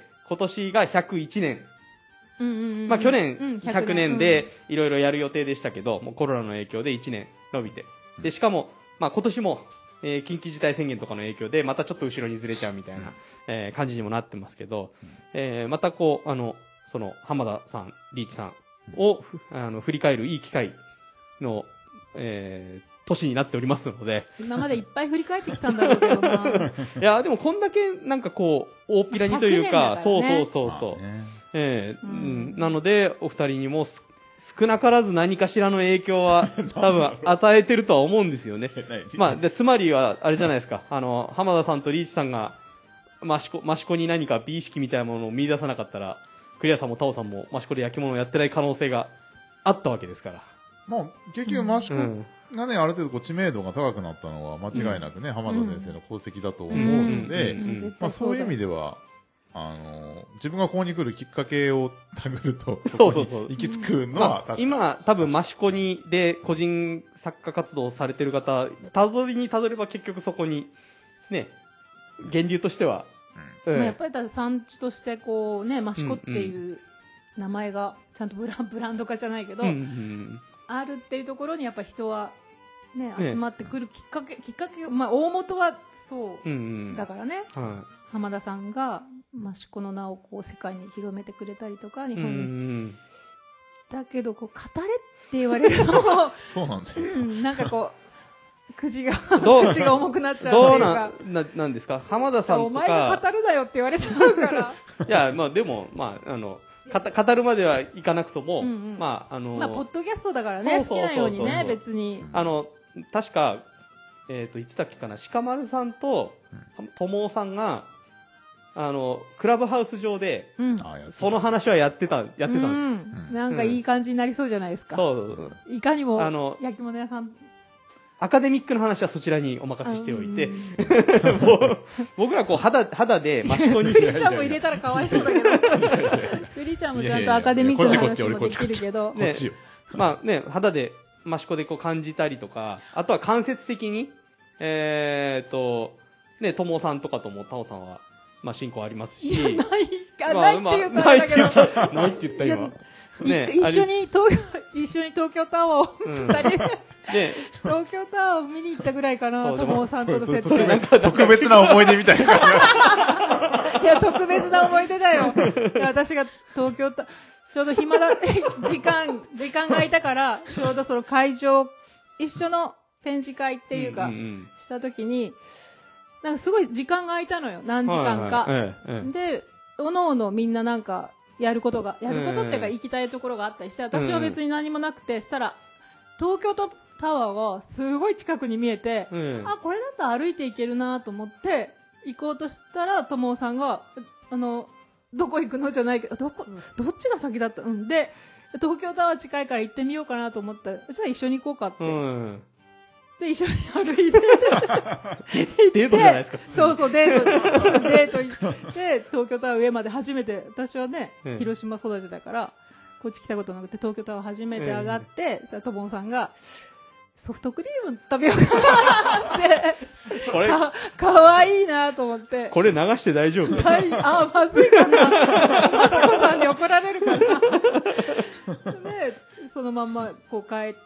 今年が101年。去年100年でいろいろやる予定でしたけど、もうコロナの影響で1年伸びて。で、しかも、今年も、緊急事態宣言とかの影響で、またちょっと後ろにずれちゃうみたいな、感じにもなってますけど、またこう、その、浜田さん、リーチさんを、振り返るいい機会の、年になっておりますので。 今までいっぱい振り返ってきたんだろうけどな。 いや、でもこんだけなんかこう、大っぴらにというか、そう。なので、お二人にも少なからず何かしらの影響は多分与えてるとは思うんですよね。つまりは、あれじゃないですか。浜田さんとリーチさんが、益子に何か美意識みたいなものを見出さなかったら、クリアさんもタオさんも益子で焼き物をやってない可能性があったわけですから。 結局益子がね、ある程度知名度が高くなったのは間違いなくね、浜田先生の功績だと思うので、そういう意味では、自分がここに来るきっかけをたぐると、行き着くのは確かに。 今、多分益子で個人作家活動をされてる方、たどれば結局そこに、ね、源流としては。 やっぱり産地としてこうね、益子っていう名前がちゃんとブランド化じゃないけど、あるっていうところにやっぱ人はね、集まってくるきっかけ、大元はそうだからね、浜田さんが益子の名をこう世界に広めてくれたりとか、日本に。だけど、こう、語れって言われると、 そうなんだよ。 なんかこう、 口が重くなっちゃうっていうか。 なんですか、浜田さんとか。 お前が語るなよって言われちゃうから。 いや、まあでも、まあ、語るまではいかなくとも、 まあ、ポッドキャストだからね、好きなようにね、別に。 確か、いつだっけかな、鹿丸さんと、友尾さんが、クラブハウス上で、その話はやってたんですよ。 なんかいい感じになりそうじゃないですか。そう。いかにも、焼き物屋さん。 アカデミックな話はそちらにお任せしておいて、僕らこう肌でマシコに。 クリちゃんも入れたらかわいそうだけど。クリちゃんもちゃんとアカデミックな話もできるけど。 まあね、肌でマシコでこう感じたりとか、あとは間接的に、ね、友尾さんとかともタオさんは、まあ親交ありますし。 ないって言ったんだけど。 ないって言った今。 一緒に東京タワーを二人で東京タワーを見に行ったぐらいかな、友尾さんとの接点。 特別な思い出みたいな。 いや、特別な思い出だよ。私が東京タワー、ちょうど暇だ、時間が空いたから、ちょうどその会場、一緒の展示会っていうか、した時に、なんかすごい時間が空いたのよ、何時間か。で、おのおのみんななんか、やることっていうか行きたいところがあったりして、私は別に何もなくて、したら、東京タワーがすごい近くに見えて、あ、これだったら歩いて行けるなと思って、行こうとしたら、友尾さんが、どこ行くのじゃないけど、どっちが先だったんで、東京タワー近いから行ってみようかなと思った。じゃあ一緒に行こうかって。で、一緒に歩いて。 デートじゃないですか。 そうそう、デート行って、東京タワー上まで初めて、私はね、広島育てだから、こっち来たことなくて、東京タワー初めて上がって、ともんさんが、ソフトクリーム食べようかなって、かわいいなと思って。 これ流して大丈夫？ あ、まずいかな。マツコさんに怒られるかな。で、そのまんまこう帰って、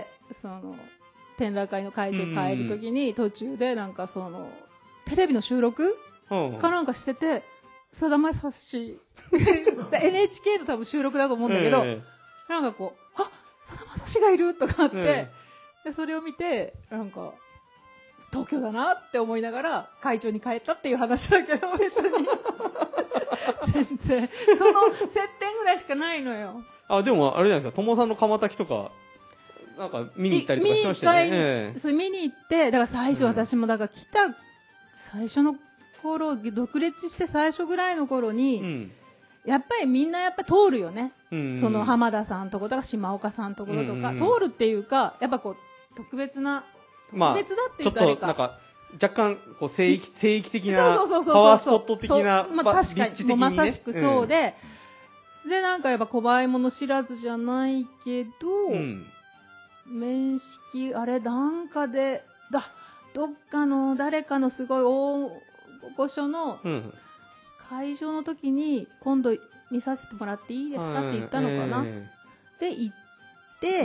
展覧会の会場帰るときに途中でなんかテレビの収録かなんかしてて、さだまさし、NHK の多分収録だと思うんだけど、なんかこう、あ、さだまさしがいるとかあって、で、それを見て、なんか、東京だなって思いながら会場に帰ったっていう話だけど、別に。全然。その接点ぐらいしかないのよ。 あ、でもあれじゃないですか、友さんの釜炊きとか、なんか見に行ったりとかしましたよね。 それ見に行って、だから最初私もだから最初の頃、独立して最初ぐらいの頃に、やっぱりみんな通るよね。その浜田さんとことか島岡さんところとか、通るっていうか、やっぱこう、特別だって言ったらいいか。 なんか若干こう聖域的なパワースポット的な、 まあ確かにまさしくそうで、でなんかやっぱ小映え物知らずじゃないけど、面識あれなんかでどっかの誰かのすごい大御所の会場の時に今度見させてもらっていいですかって言ったのかな。で行って。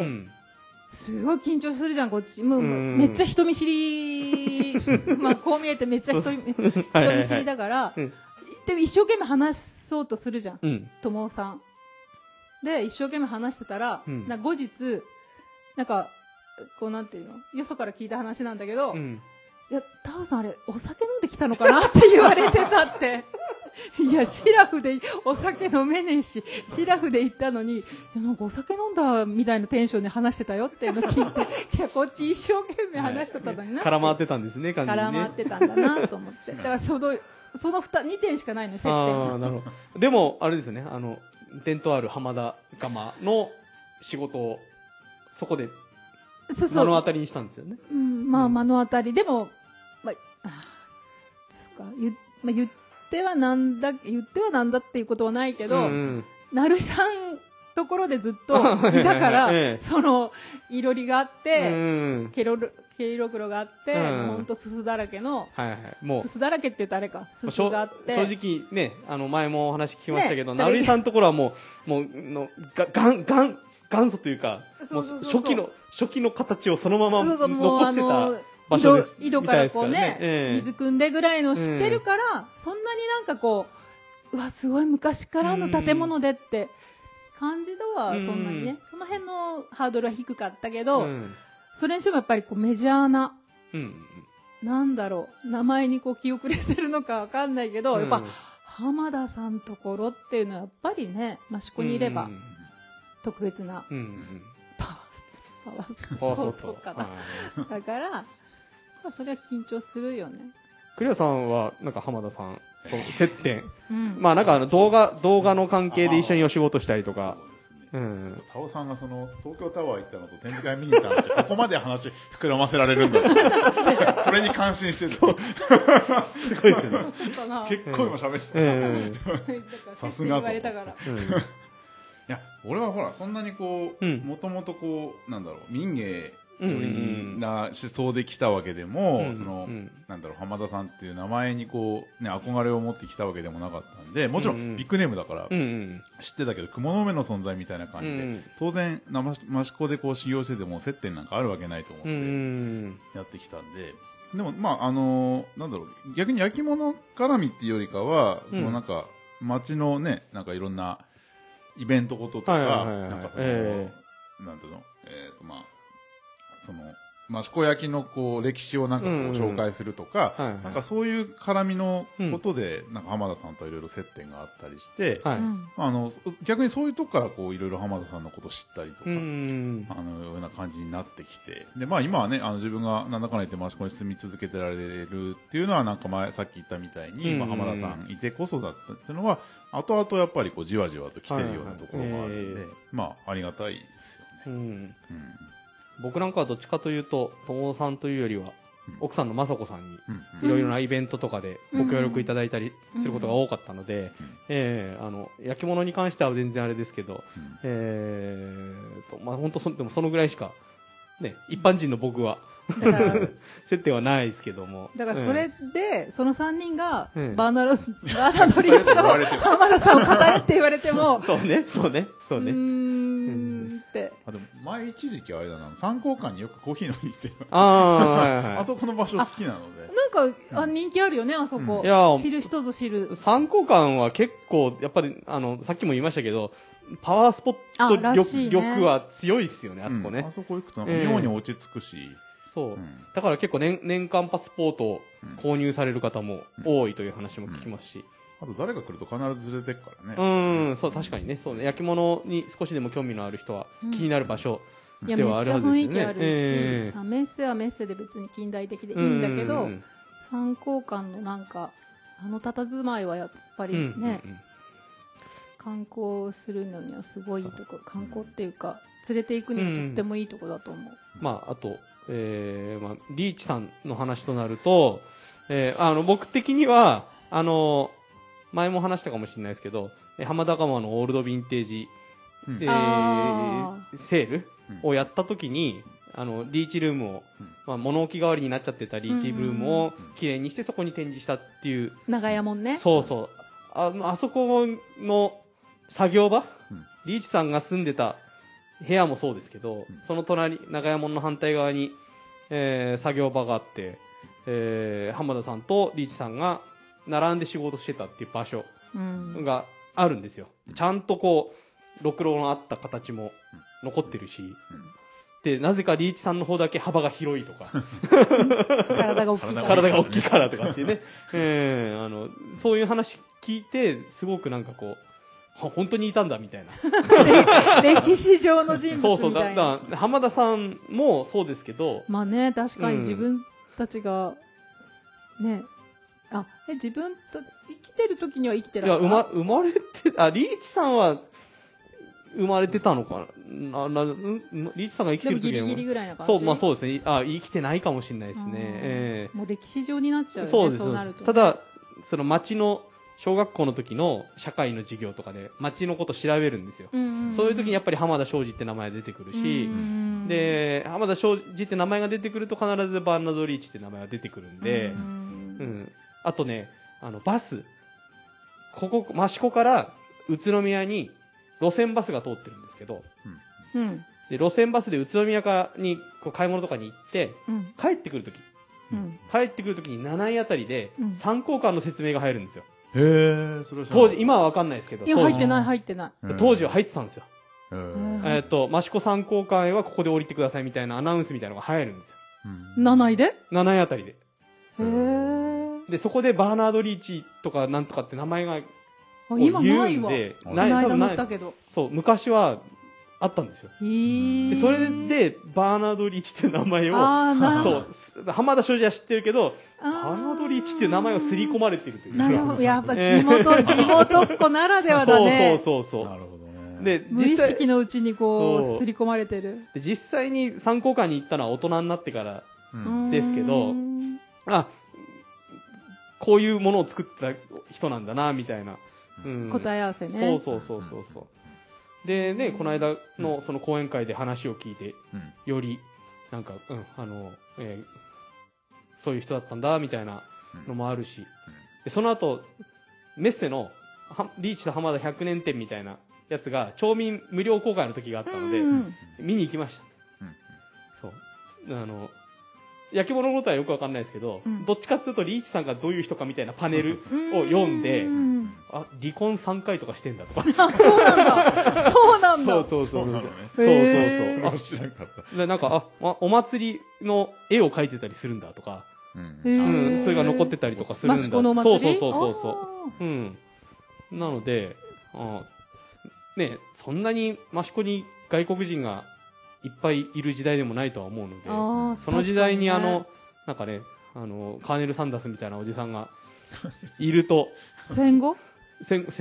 すごい緊張するじゃん、こっち。もうめっちゃ人見知り、まあこう見えてめっちゃ人見知りだから、でも一生懸命話そうとするじゃん、友尾さん。で、一生懸命話してたら、後日、なんか、こうなんていうの、よそから聞いた話なんだけど、いや、タオさんあれ、お酒飲んできたのかなって言われてたって。いや、シラフでお酒飲めねえし、シラフで行ったのに、いや、なんかお酒飲んだみたいなテンションで話してたよっていうの聞いて、いや、こっち一生懸命話してたのにな。 絡まってたんですね、完全にね。 絡まってたんだなと思って。だからその2点しかないの、接点。 ああ、なるほど。でも、あれですよね、伝統ある浜田釜の仕事を、そこで、目の当たりにしたんですよね。 まあ、目の当たり。でも、そっか、言ってはなんだっていうことはないけど、成井さんところでずっといたから、その、いろりがあって、毛色黒があって、ほんとすすだらけの、すすだらけって言うとあれか、すすがあって。 正直ね、前もお話聞きましたけど、成井さんのところはもう、元祖というか、もう初期の形をそのまま残してた場所です。 井戸からこうね、水汲んでぐらいの知ってるから、そんなになんかこう、うわ、すごい昔からの建物でって感じ度はそんなにね、その辺のハードルは低かったけど、それにしてもやっぱりこうメジャーななんだろう、名前にこう気遅れするのかわかんないけど、やっぱ浜田さんところっていうのはやっぱりね、益子にいれば特別なパワースポットかな。だから、それは緊張するよね。 クリアさんはなんか浜田さんと接点、まあなんか動画の関係で一緒にお仕事したりとか。 タオさんがその東京タワー行ったのと展示会見に行ったのってここまで話膨らませられるんだってそれに感心してる。すごいですよね。結構今喋ってた。さすがと。いや俺はほらそんなにこうもともとこうなんだろう民芸な思想で来たわけでも、そのなんだろう浜田さんっていう名前にこうね憧れを持ってきたわけでもなかったんで、もちろんビッグネームだから知ってたけど雲の上の存在みたいな感じで、当然益子でこう修行してても接点なんかあるわけないと思ってやってきたんで、でもまあなんだろう逆に焼き物絡みっていうよりかはそのなんか街のねなんかいろんなイベントこととかなんかそのなんていうのまあその益子焼のこう歴史をなんかこう紹介するとか、なんかそういう絡みのことでなんか浜田さんといろいろ接点があったりして、逆にそういうとこからこういろいろ浜田さんのことを知ったりとか、ような感じになってきて、でまあ今はね自分がなんだかんだ言って益子に住み続けてられるっていうのはなんかさっき言ったみたいに、浜田さんいてこそだったっていうのは後々やっぱりこうじわじわと来てるようなところがあるので、まあありがたいですよね。 僕なんかはどっちかというと友さんというよりは奥さんの雅子さんにいろいろなイベントとかでご協力いただいたりすることが多かったので、焼き物に関しては全然あれですけど、まあ本当でもそのぐらいしかね一般人の僕は接点はないですけども、 だからそれでその3人がバーナードリーチと浜田さんを語れって言われてもそうねでも前一時期あれだな、三交館によくコーヒー飲みに行ってあそこの場所好きなのでなんか人気あるよねあそこ、知る人ぞ知る。 三交館は結構やっぱりさっきも言いましたけどパワースポット力は強いですよねあそこね。 あそこ行くとなんか妙に落ち着くし、 そうだから結構年間パスポートを購入される方も多いという話も聞きますし、 あと誰が来ると必ず連れてくからね。 そう確かにね、そうね、焼き物に少しでも興味のある人は気になる場所ではあるはずですよね。 めっちゃ雰囲気あるし、メッセはメッセで別に近代的でいいんだけど、三交館のなんか佇まいはやっぱりね、観光するのにはすごいとこ、観光っていうか連れて行くにはとってもいいとこだと思う。 まああとリーチさんの話となると、僕的には前も話したかもしれないですけど、浜田川のオールドヴィンテージ、セールをやった時にリーチルームを、物置代わりになっちゃってたリーチルームをきれいにしてそこに展示したっていう長屋門ね。 そうそう、あそこの作業場、リーチさんが住んでた部屋もそうですけど、その隣長屋門の反対側に、作業場があって、浜田さんとリーチさんが並んで仕事してたっていう場所があるんですよ。ちゃんとこうろくろのあった形も残ってるし、でなぜかリーチさんの方だけ幅が広いとか体が大きいからとかっていうね、そういう話聞いてすごくなんかこう本当にいたんだみたいな歴史上の人物みたいな。 そうそう、だ浜田さんもそうですけど、 まあね、確かに自分たちがね、自分と生きてる時には生きてらっしゃる。いや生まれてリーチさんは生まれてたのかな、リーチさんが生きてる時にはでもギリギリぐらいな感じ。 そうですね。生きてないかもしれないですね。 もう歴史上になっちゃうよね。そうなると、ね。 ただその町の小学校の時の社会の授業とかで町のこと調べるんですよ。そういう時にやっぱり浜田庄司って名前出てくるし、で浜田庄司って名前が出てくると必ずバーナードリーチって名前が出てくるんで、あとねバス、ここ益子から宇都宮に路線バスが通ってるんですけど、で路線バスで宇都宮にこう買い物とかに行って、帰ってくる時に7位あたりで三交換の説明が入るんですよ。 へえ、それは当時、今は分かんないですけど、 いや入ってない当時は入ってたんですよ。益子三交換へはここで降りてくださいみたいなアナウンスみたいなのが入るんですよ。 7位で ?7 位あたりで。 へえ。 で、そこでバーナード・リーチとかなんとかって名前が今ないわ。 この間乗ったけど。 そう、昔はあったんですよ。で、それで、バーナード・リーチっていう名前を、そう、浜田庄司は知ってるけど、バーナード・リーチっていう名前を刷り込まれてるという。 なるほど。やっぱ地元っ子ならではだね。 そう。 なるほどね。 で、 無意識のうちにこう、刷り込まれてる。 で、実際に参考館に行ったのは大人になってからですけど、こういうものを作った人なんだな、みたいな。 答え合わせね。 そう。でね、この間のその講演会で話を聞いて、より、なんか、そういう人だったんだ、みたいなのもあるし、で、その後、メッセの、リーチと浜田100年展みたいなやつが、町民無料公開の時があったので、見に行きました。そう。焼き物のことはよくわかんないですけど、どっちかっていうとリーチさんがどういう人かみたいなパネルを読んで、離婚3回とかしてんだとか。 そうなんだ。 そう。 知らんかった。なんか、お祭りの絵を描いてたりするんだとか、それが残ってたりとかするんだ。 益子のお祭り？ そう。なので、ね、そんなに益子に外国人がいっぱいいる時代でもないとは思うので、その時代になんかね、カーネル・サンダースみたいなおじさんがいると、 戦後戦前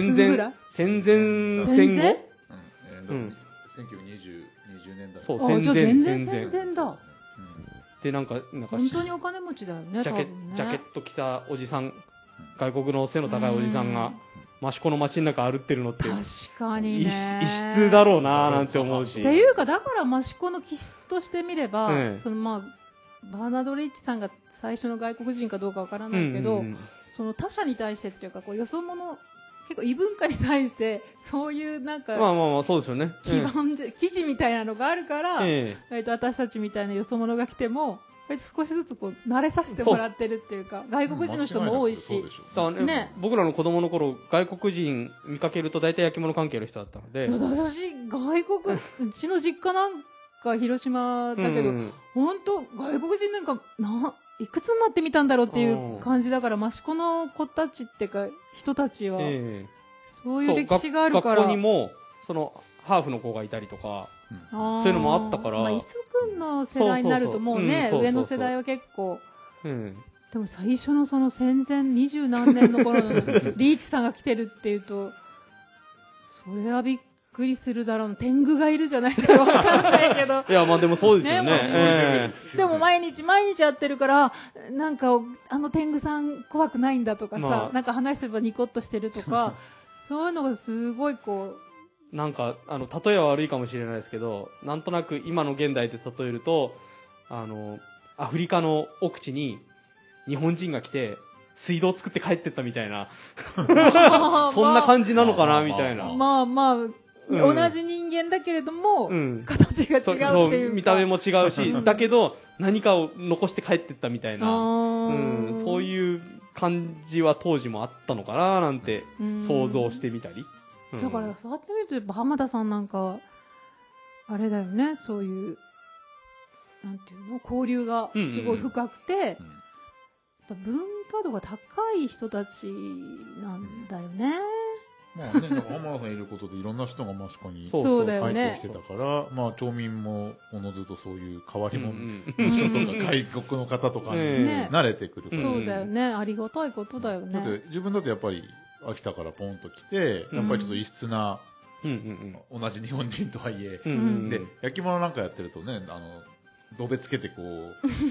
1920年代。 そう、 戦前だ。 で、なんか、 本当にお金持ちだよね、 ジャケット着たおじさん、外国の背の高いおじさんが、益子の街の中歩ってるのって、 確かにね。 異質だろうななんて思うし。 っていうか、だから益子の気質としてみれば、バーナード・リーチさんが最初の外国人かどうかわからないけど、その他者に対してっていうか、よそ者、結構異文化に対して、そういうなんか、 そうですよね。 記事みたいなのがあるから、私たちみたいなよそ者が来ても、少しずつ慣れさせてもらってるっていうか、外国人の人も多いし。 僕らの子供の頃、外国人見かけると大体焼き物関係の人だったので。 私、うちの実家なんか広島だけど、本当外国人なんか、いくつになってみたんだろうっていう感じだから、益子の子たちっていうか、人たちは、そういう歴史があるから。 学校にも、ハーフの子がいたりとか、そういうのもあったから。 磯君の世代になるともうね、上の世代は結構、でも最初のその戦前20何年の頃のリーチさんが来てるっていうと、それはびっくりするだろうな。天狗がいるじゃないかわかんないけど。 いや、でもそうですよね。 でも毎日やってるから、なんか、天狗さん怖くないんだとかさ、なんか話せばニコッとしてるとか、そういうのがすごいなんか、例えは悪いかもしれないですけど、なんとなく今の現代で例えると、アフリカの奥地に日本人が来て、水道を作って帰ってったみたいな、そんな感じなのかな、みたいな。 同じ人間だけれども、形が違うっていうか。 見た目も違うし、だけど、何かを残して帰ってったみたいな、そういう感じは当時もあったのかな、なんて想像してみたり。 だから、そうやって見ると、浜田さんなんかは、あれだよね、そういう、なんていうの、交流がすごい深くて、文化度が高い人たちなんだよね。 まあね、浜田さんいることでいろんな人が益子に入ってきてたから、町民もおのずとそういう変わり者の人とか外国の方とかに慣れてくる。 そうだよね。ありがたいことだよね。 だって自分だってやっぱり秋田からポンと来て、やっぱりちょっと異質な、同じ日本人とはいえ、で、焼き物なんかやってるとね、どべつけてこう、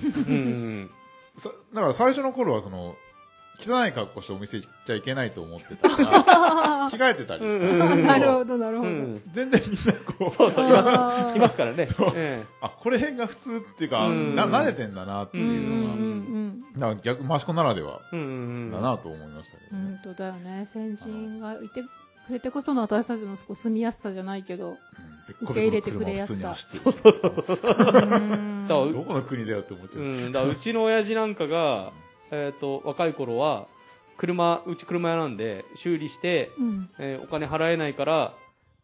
だから最初の頃は汚い格好してお店行っちゃいけないと思ってたから、着替えてたりして。 なるほど、なるほど。 全然みんなこう。 そう、いますからね。 これ辺が普通っていうか、慣れてんだなっていうのが、逆、益子ならではだなと思いましたけど。 本当だよね。先人がいてくれてこその私たちの住みやすさじゃないけど、受け入れてくれやすさ。 そう。どこの国だよって思っちゃう。 うちの親父なんかが、若い頃はうち車屋なんで修理して、お金払えないから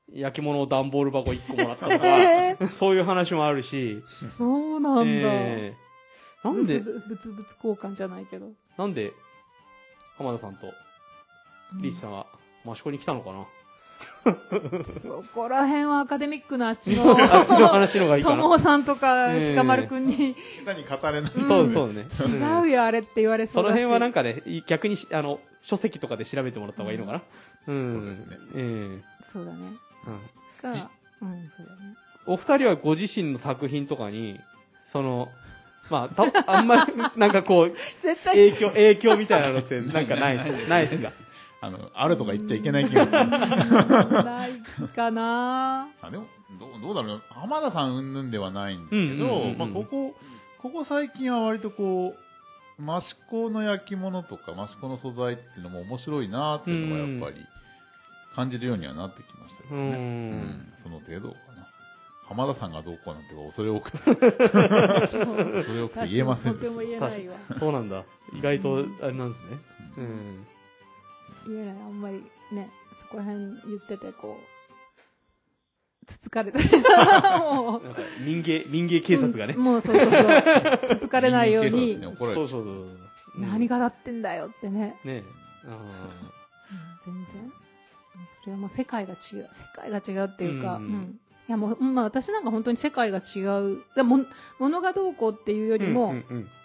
焼き物を段ボール箱1個もらったとか、そういう話もあるし。 そうなんだ。 なんで、 物々交換じゃないけど。 なんで、浜田さんとリーチさんは益子に来たのかな。 そこら辺はアカデミックなあっちの話のがいいかな。 友さんとか鹿丸くんに何語れない。 そうね。 違うよあれって言われそうだし。 その辺はなんかね、逆に書籍とかで調べてもらった方がいいのかな。 そうですね。 そうだね。そうだね。 お二人はご自身の作品とかにまああんまりなんかこう影響みたいなのってなんかないですか。 あるとか言っちゃいけない気がする。 ないかな。 でもどうだろう。浜田さん云々ではないんですけど、まあここ最近は割とこう益子の焼き物とか益子の素材っていうのも面白いなっていうのがやっぱり感じるようにはなってきましたけどね。その程度かな。浜田さんがどうこうなんて恐れ多くてそれ多くて言えませんでした。 そうなんだ。意外とあれなんですね。 言えない。あんまりね、そこら辺言っててこうつつかれたりもう民芸警察がね、 もうそうつつかれないようにそう何がだってんだよってね。 全然それはもう世界が違うっていうか、いやもう、まあ、私なんか本当に世界が違う。物がどうこうっていうよりも、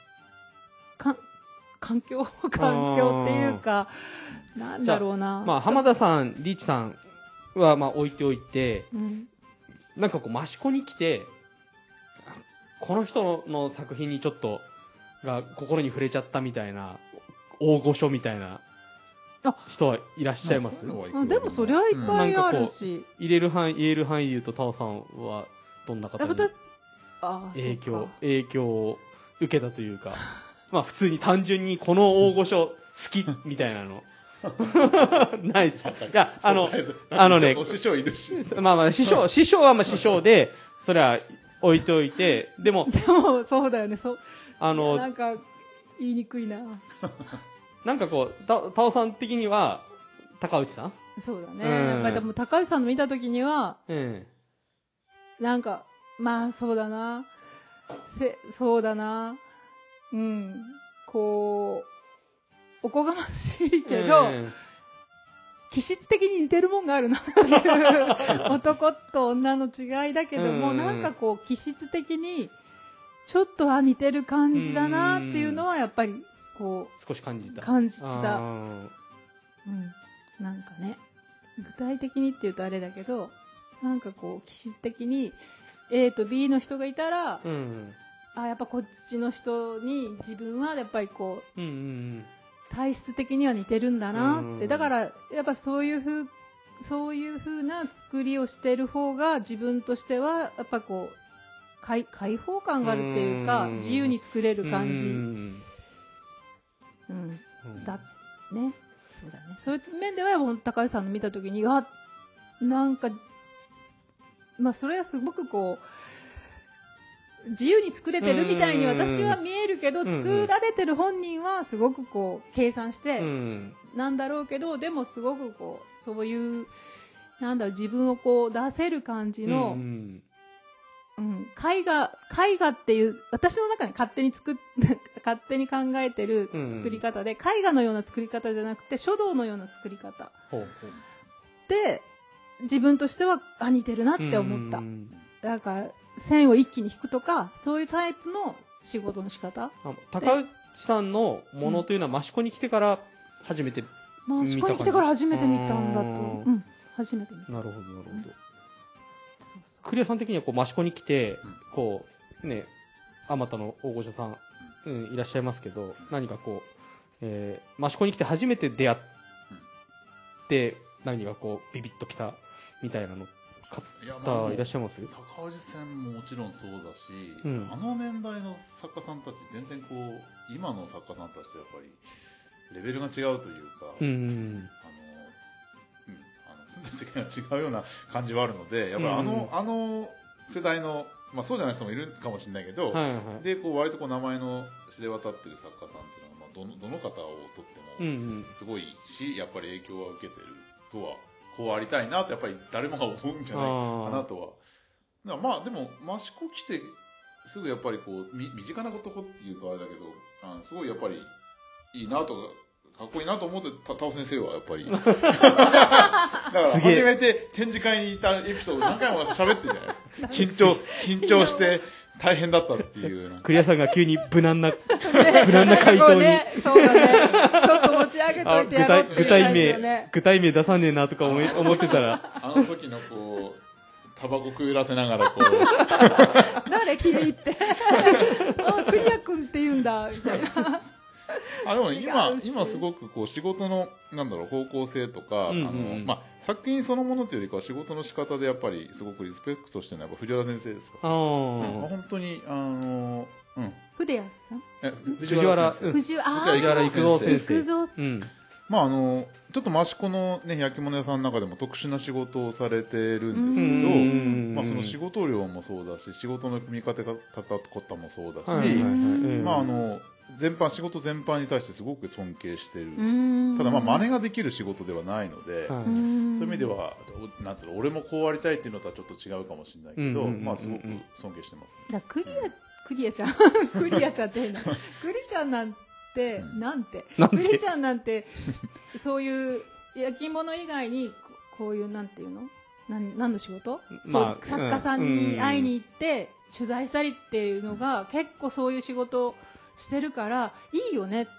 環境っていうか、なんだろうな。 まあ、浜田さん、リーチさんはまあ置いておいて、なんかこう、益子に来て、この人の作品にちょっと、が心に触れちゃったみたいな、大御所みたいな、人はいらっしゃいます？ でもそりゃいっぱいあるし。 言える範囲で言うと、タオさんはどんな方に影響を受けたというか、まあ普通に単純にこの大御所好きみたいなの。ないっすか？いや、ね、 師匠いるし。 まあ師匠はまあ師匠で、それは置いておいて、でもそうだよね、なんか言いにくいな。 なんかこう、タオさん的には、高内さん？ そうだね。やっぱりでも高内さんの見たときには、なんか、まあそうだな。こう、おこがましいけど、気質的に似てるもんがあるなっていう男と女の違いだけども、なんかこう気質的にちょっと似てる感じだなっていうのはやっぱりこう少し感じた。 なんかね、具体的にって言うとあれだけど、なんかこう気質的に A と B の人がいたら、やっぱこっちの人に自分はやっぱりこう、体質的には似てるんだなって、だからやっぱそういう風な作りをしてる方が自分としてはやっぱこう開放感があるっていうか、自由に作れる感じ、だね。そうだね。そういう面では高橋さんの見た時になんかまあそれはすごくこう自由に作れてるみたいに私は見えるけど、作られてる本人はすごくこう計算してなんだろうけど、でもすごくこうそういうなんだろう、自分をこう出せる感じの、絵画っていう私の中に勝手に考えてる作り方で、絵画のような作り方じゃなくて書道のような作り方で自分としては似てるなって思った。だから線を一気に引くとかそういうタイプの仕事の仕方。 高内さんのものというのは益子に来てから初めて見た。 益子に来てから初めて見たんだと。初めて見た。 なるほどなるほど。栗谷さん的にはこう益子に来て、こうね、あまたの大御所さん、いらっしゃいますけど、何かこう、益子に来て初めて出会って何かこうビビッときたみたいなの方いらっしゃいます？ 高氏戦ももちろんそうだし、あの年代の作家さんたち全然こう今の作家さんたちとやっぱりレベルが違うというか、住んでる世界が違うような感じはあるので、やっぱりあの世代の、まあそうじゃない人もいるかもしれないけど、でこう割とこう名前の知れ渡ってる作家さんっていうのは、どの方をとってもすごいし、やっぱり影響は受けてるとはこうありたいなとやっぱり誰もが思うんじゃないかなとは。まあでも益子来てすぐやっぱりこう身近なことっていうとあれだけどすごいやっぱりいいなとかっこいいなと思って田尾先生はやっぱりだから初めて展示会にいたエピソード何回も喋ってるじゃないですか。緊張して大変だったっていう。 クリアさんが急に無難な回答に、 そうだね、ちょっと持ち上げといてやろうっていう感じだね。 具体名出さねえなとか思ってたらあの時のこうタバコくらせながらこう誰君ってクリア君って言うんだみたいな。 でも今すごくこう仕事の方向性とか、作品そのものというよりかは仕事の仕方でやっぱりすごくリスペクトしてるのはやっぱ藤原先生ですか。本当に筆屋さん、 藤原育三先生。 ちょっと益子のね焼き物屋さんの中でも特殊な仕事をされてるんですけど、その仕事量もそうだし仕事の組み立て方もそうだし、仕事全般に対してすごく尊敬してる。ただ真似ができる仕事ではないので、そういう意味では俺もこうありたいっていうのとはちょっと違うかもしれないけど、すごく尊敬してます。 クリアちゃんクリアちゃんって変なクリちゃんなんてクリちゃんなんてそういう焼き物以外にこういうなんていうの何の仕事、作家さんに会いに行って取材したりっていうのが結構そういう仕事してるからいいよね。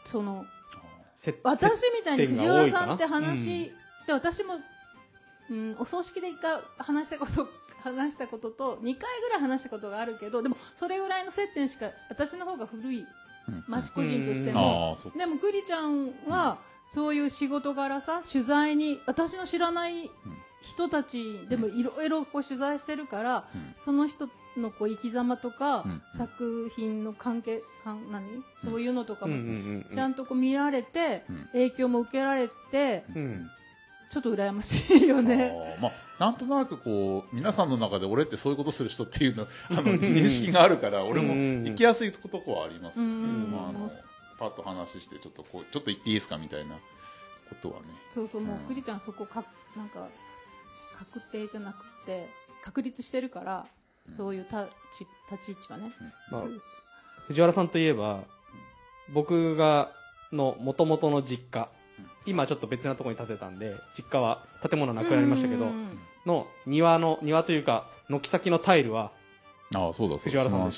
私みたいに藤原さんって話で私も、お葬式で一回話したことと2回ぐらい話したことがあるけど、でもそれぐらいの接点しか私の方が古い益子人としても、でもクリちゃんはそういう仕事柄さ取材に私の知らない人たちでもいろいろ取材してるから、その人の生き様とか、作品の関係そういうのとかもちゃんと見られて、影響も受けられて、ちょっと羨ましいよね。 なんとなくこう皆さんの中で俺ってそういうことする人っていうの認識があるから俺も行きやすいとこはあります。パッと話してちょっと言っていいですかみたいなことはね。 そうもうクリちゃんそこ確定じゃなくて確立してるから、そういう立ち位置はね。 藤原さんといえば僕がの元々の実家、今ちょっと別なところに建てたんで実家は建物なくなりましたけどの庭というか軒先のタイルは藤原さんです。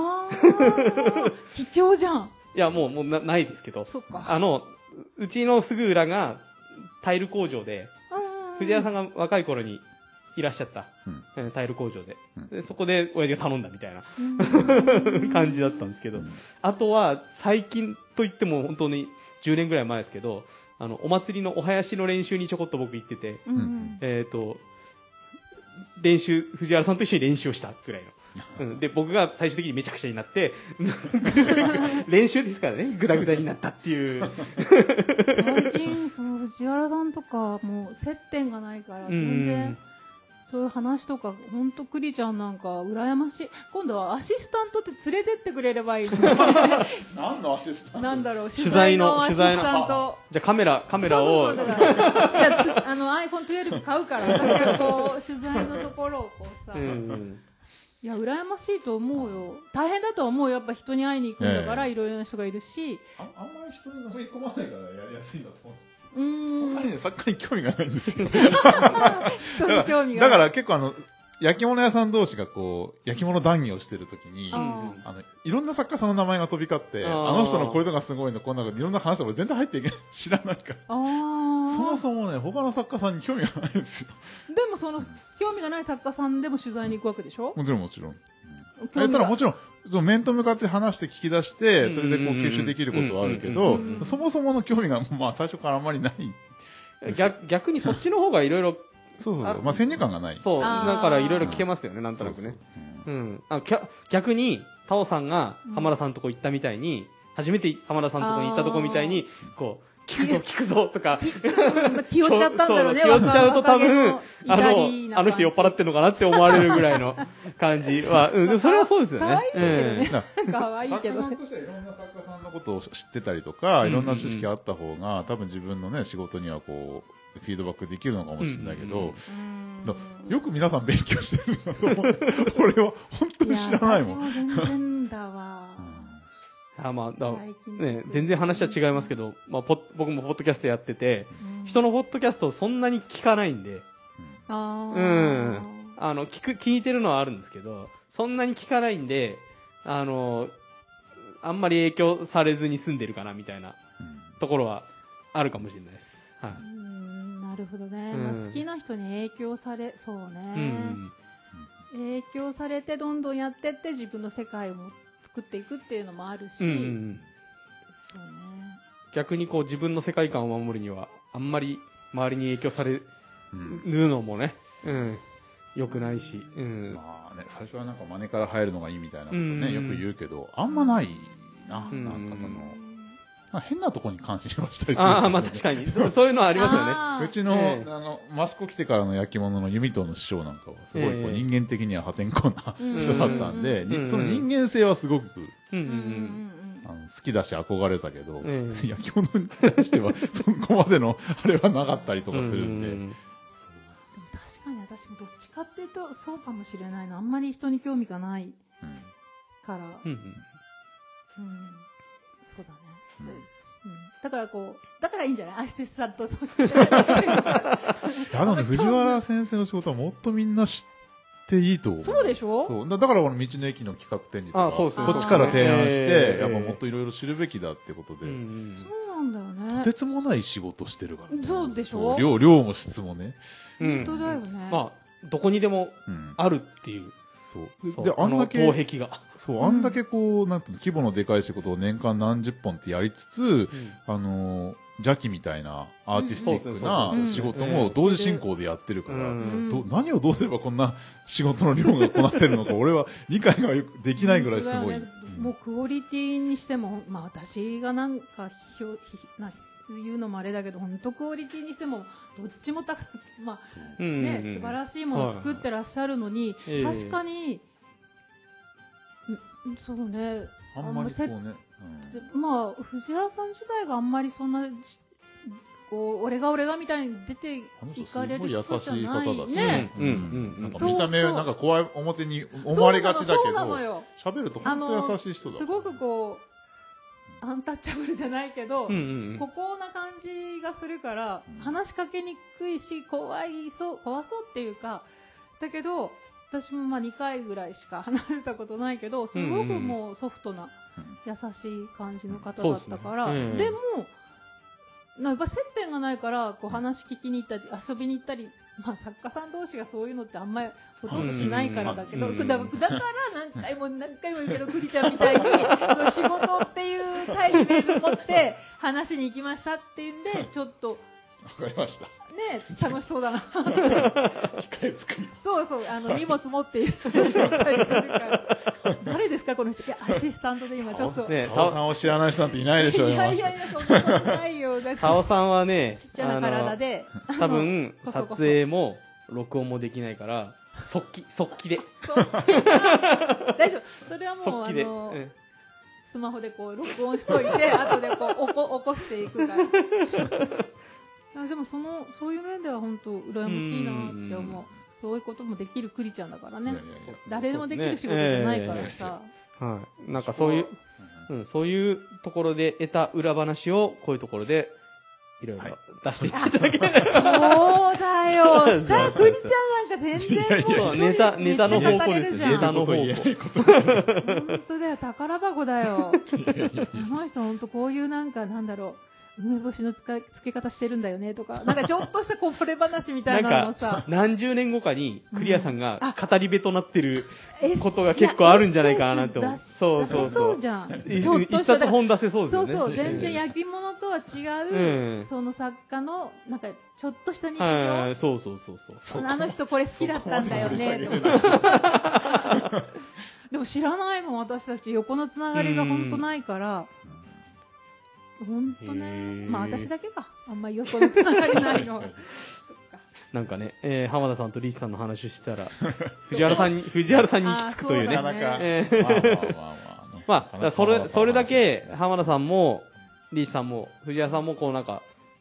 貴重じゃん。 いやもうないですけど、うちのすぐ裏がタイル工場で藤原さんが若い頃にいらっしゃったタイル工場で、そこで親父が頼んだみたいな感じだったんですけど、あとは最近といっても本当に10年ぐらい前ですけど、お祭りのお囃子の練習にちょこっと僕行ってて、藤原さんと一緒に練習をしたぐらいの、で僕が最終的にめちゃくちゃになって練習ですからね、グダグダになったっていう最近その藤原さんとかもう接点がないから全然そういう話とか、本当クリちゃんなんか羨ましい。今度はアシスタントって連れてってくれればいいのに何のアシスタントなんだろう、取材のアシスタント。 じゃあカメラをじゃあiPhone12 買うから、私が取材のところをさ、いや羨ましいと思うよ。大変だと思うよ。やっぱ人に会いに行くんだから、いろいろな人がいるし、 あんまり人にのめり込まないからやりやすいんだと思うんです。そんなにね、作家に興味がないんですよだから結構焼き物屋さん同士が焼き物談義をしてるときにいろんな作家さんの名前が飛び交って、あの人のこういうのがすごいのこんなのいろんな話が全然入っていけない、知らないから、そもそもね他の作家さんに興味がないんですよ。 でもその興味がない作家さんでも取材に行くわけでしょ。もちろんただもちろん面と向かって話して聞き出してそれで吸収できることはあるけど、そもそもの興味が最初からあんまりない。 逆にそっちの方がいろいろ先入観がない。 そうだからいろいろ聞けますよね、なんとなくね。逆にタオさんが浜田さんとこ行ったみたいに、初めて浜田さんとこに行ったとこみたいに聞くぞとか気負っちゃったんだろうね。 気負っちゃうと多分あの人酔っ払ってんのかなって思われるぐらいの感じは、でもそれはそうですよね。 可愛いけどね。 作家さんとしてはいろんな作家さんのことを知ってたりとか、いろんな知識あった方が多分自分のね仕事にはフィードバックできるのかもしれないけど、よく皆さん勉強してるんだと思って、俺は本当に知らないもん。 私も全然だわ。 まあね、全然話は違いますけど、まあ、僕もポッドキャストやってて、人のポッドキャストをそんなに聞かないんで、聞いてるのはあるんですけど、そんなに聞かないんで、あんまり影響されずに済んでるかなみたいなところはあるかもしれないです。はい、 なるほどね。まあ、好きな人に影響され、そうね。影響されてどんどんやってって自分の世界も作っていくっていうのもあるし、そうね。 逆にこう自分の世界観を守るにはあんまり周りに影響されるのもね、良くないし、 まあね、最初はなんか真似から入るのがいいみたいなことね、よく言うけど、あんまないな。なんか変なところに関心をしたりする。 まあ確かにそういうのはありますよね。 うちの益子来てからの焼き物の弓藤の師匠なんかはすごいこう人間的には破天荒な人だったんで、その人間性はすごく好きだし憧れたけど、焼き物に対してはそこまでのあれはなかったりとかするんで。 確かに私もどっちかっていうとそうかもしれないな。あんまり人に興味がないから、そうだね。だからいいんじゃない？アシスタントとして。 藤原先生の仕事はもっとみんな知っていいと思う。 そうでしょ？ そうだからこの道の駅の企画展示とかこっちから提案してやっぱもっといろいろ知るべきだってことで。 そうなんだよね。 とてつもない仕事してるから。 そうでしょ？ 量も質もね。 本当だよね。 まあどこにでもあるっていう。 そうであんだけ東壁があんだけこうなんていうの規模のでかい仕事を年間何十本ってやりつつ、邪気みたいなアーティスティックな仕事も同時進行でやってるから、何をどうすればこんな仕事の量がこなせるのか俺は理解ができないぐらいすごい。 もうクオリティにしても、まあ私がなんか言うのもあれだけど、本当クオリティにしてもどっちもまあね、素晴らしいものを作ってらっしゃるのに、確かにそうね、 あんまりそうね、 まあ藤原さん自体があんまりそんなこう俺がみたいに出ていかれる人じゃないね。 なんか見た目なんか怖い表に思われがちだけど、喋ると本当優しい人だ。 すごくこうアンタッチャブルじゃないけど、孤高な感じがするから話しかけにくいし怖そうっていうか、だけど私もまあ2回ぐらいしか話したことないけど、すごくもうソフトな優しい感じの方だったから、でもやっぱ接点がないからこう話聞きに行ったり遊びに行ったり、まあ、作家さん同士がそういうのってあんまりほとんどしないからだけど、だから何回も言うけどクリちゃんみたいにそう仕事っていう大義名分持って話に行きましたっていうんでちょっとわかりましたね、楽しそうだな機械作りそう荷物持っていったりするから誰ですかこの人。いやアシスタントで今ちょっとね、タオさんを知らない人なんていないでしょうよ。 いやそんなことないよ。 タオさんはねちっちゃな体で多分撮影も録音もできないから速記で大丈夫。それはもうスマホでこう録音しといて後でこう起こしていくからでもそういう面では本当羨ましいなって思う。そういうこともできるクリちゃんだからね。誰でもできる仕事じゃないからさ。 なんかそういうところで得た裏話をこういうところでいろいろ出していっていただけたら。 そうだよ。したらクリちゃんなんか全然もうネタの方向ですよ。ネタの方向。 本当だよ。宝箱だよ。あの人本当こういうなんだろう。梅干しの付け方してるんだよねとか、なんかちょっとしたこぼれ話みたいなのさ、 何十年後かにクリアさんが語り部となってることが結構あるんじゃないかなって思う。 そうじゃん。 一冊本出せそうですよね。 そう全然焼き物とは違うその作家のなんかちょっとした日常。 そう。 あの人これ好きだったんだよねとか。でも知らないもん私たち横のつながりが本当ないから。本当ね、まあ私だけかあんまり横のつながりないのなんかね、浜田さんとリーチさんの話してたら藤原さんに行き着くというね。まあそれだけ浜田さんもリーチさんも藤原さんもこうなんか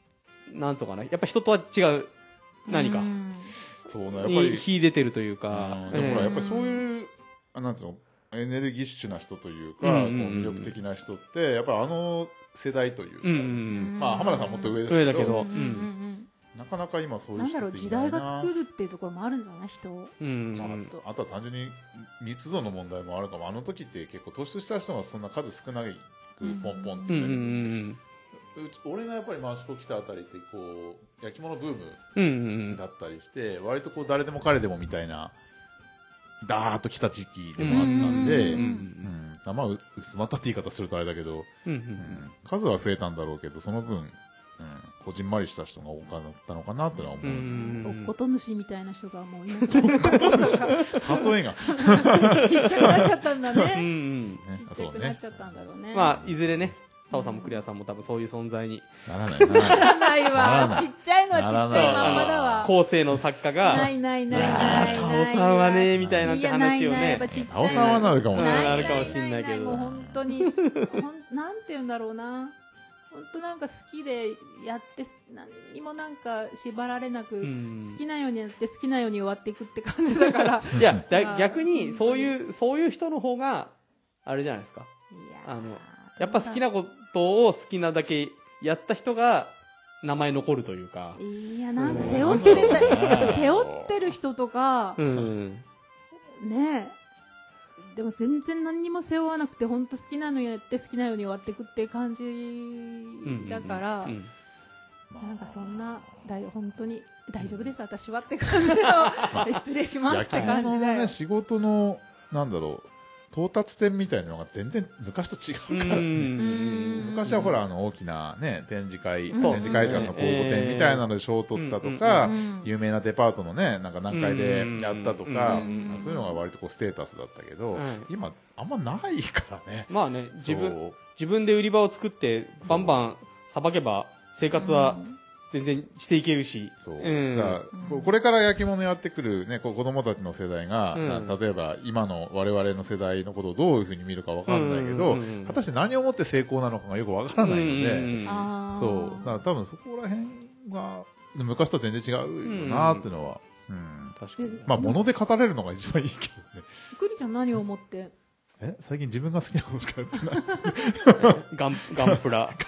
なんつうかな、やっぱ人とは違う何かそうね、やっぱり秀でてるというか、 でもほらやっぱりそういうなんつうのエネルギッシュな人というか、魅力的な人ってやっぱり世代というか、まあ浜田さんもっと上ですけど、なかなか今そういう人っていないな。 なんだろう、時代が作るっていうところもあるんじゃない、人を。 あとは単純に密度の問題もあるかも。あの時って結構突出した人がそんな数少なくポンポンって言ったり、俺がやっぱり益子来たあたりってこう焼き物ブームだったりして、割とこう誰でも彼でもみたいなダーッと来た時期でもあったんで、まあ薄まったって言い方するとあれだけど、数は増えたんだろうけど、その分こじんまりした人が多かったのかなってのは思うんですけど、 おこと主みたいな人がもう今例えがちっちゃくなっちゃったんだね。ちっちゃくなっちゃったんだろうね。 まあいずれね、タオさんもクリアさんも多分そういう存在にならないわ。ちっちゃいのはちっちゃいまんまだわ。 後世の作家がないタオさんはねみたいなって話をね、 タオさんはなるかもしれない。 なるかもしれないけど、 もう本当になんて言うんだろうな。本当なんか好きでやって何にもなんか縛られなく、好きなようにやって好きなように終わっていくって感じだから。 いや逆にそういう人の方があれじゃないですか。やっぱ好きなことを好きなだけやった人が名前残るというか。 いやなんか背負ってた、やっぱ背負ってる人とか、ねえ。でも全然何にも背負わなくて本当好きなのやって好きなように終わっていくっていう感じだから、なんかそんな本当に大丈夫です私はって感じの失礼しますって感じで、 仕事のなんだろう到達点みたいなのが全然昔と違うから、昔はほら大きなね展示会とかその公募展みたいなので賞を取ったとか、有名なデパートのねなんか何階でやったとか、そういうのが割とこうステータスだったけど、今あんまないからね。 まあね、自分で売り場を作ってバンバンさばけば生活は全然していけるし、 これから焼き物やってくるね、子供たちの世代が、例えば今の我々の世代のことをどういうふうに見るかわかんないけど、果たして何をもって成功なのかがよくわからないので、そうだから多分そこら辺が昔とは全然違うよなっていうのは、確かにまあ物で語れるのが一番いいけどね。 クリちゃん何を思って最近自分が好きなことしかやってないガンプラ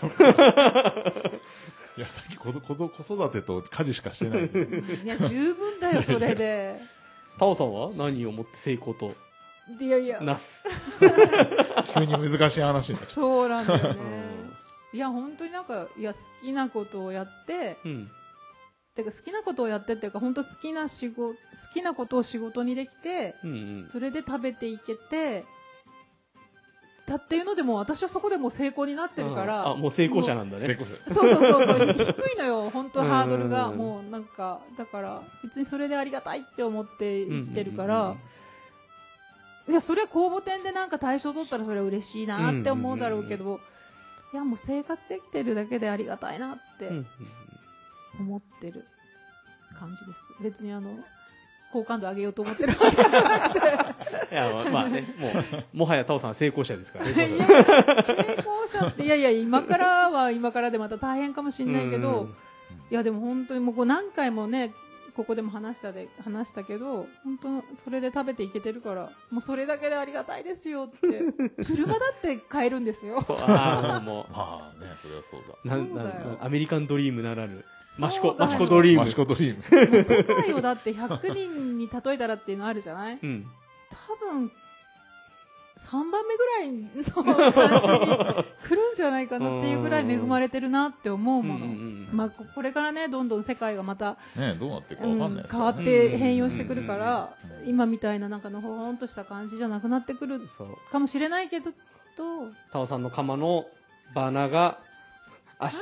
いやさっき子育てと家事しかしてないいや十分だよそれで。 タオさんは何をもって成功となす急に難しい話になっちゃった。 そうなんだよねいや本当になんか好きなことをやって、てか好きなことをやってっていうか本当好きなことを仕事にできて、それで食べていけてだっていうのでも私はそこでもう成功になってるから、 もう成功者なんだね。 そう低いのよ本当ハードルがもうなんかだから別にそれでありがたいって思って生きてるから、いやそれは公募展でなんか大賞取ったらそれは嬉しいなって思うだろうけど、いやもう生活できてるだけでありがたいなって思ってる感じです。別に好感度上げようと思ってるわけじゃなくていやまあねもはやタオさんは成功者ですからね。 成功者っていや今からは今からでまた大変かもしれないけど、いやでも本当にもう何回もねここでも話したけど本当それで食べていけてるからもうそれだけでありがたいですよって車だって買えるんですよ。 もうまあねそれはそうだ。アメリカンドリームならぬマシコドリーム。 世界をだって100人に例えたらっていうのあるじゃない、多分3番目ぐらいの感じに来るんじゃないかなっていうぐらい恵まれてるなって思うもの。まあこれからねどんどん世界がまたどうなっていくかわかんない変わって変容してくるから今みたいななんかのほほんとした感じじゃなくなってくるかもしれないけど、 タオさんの窯のバーナーが明日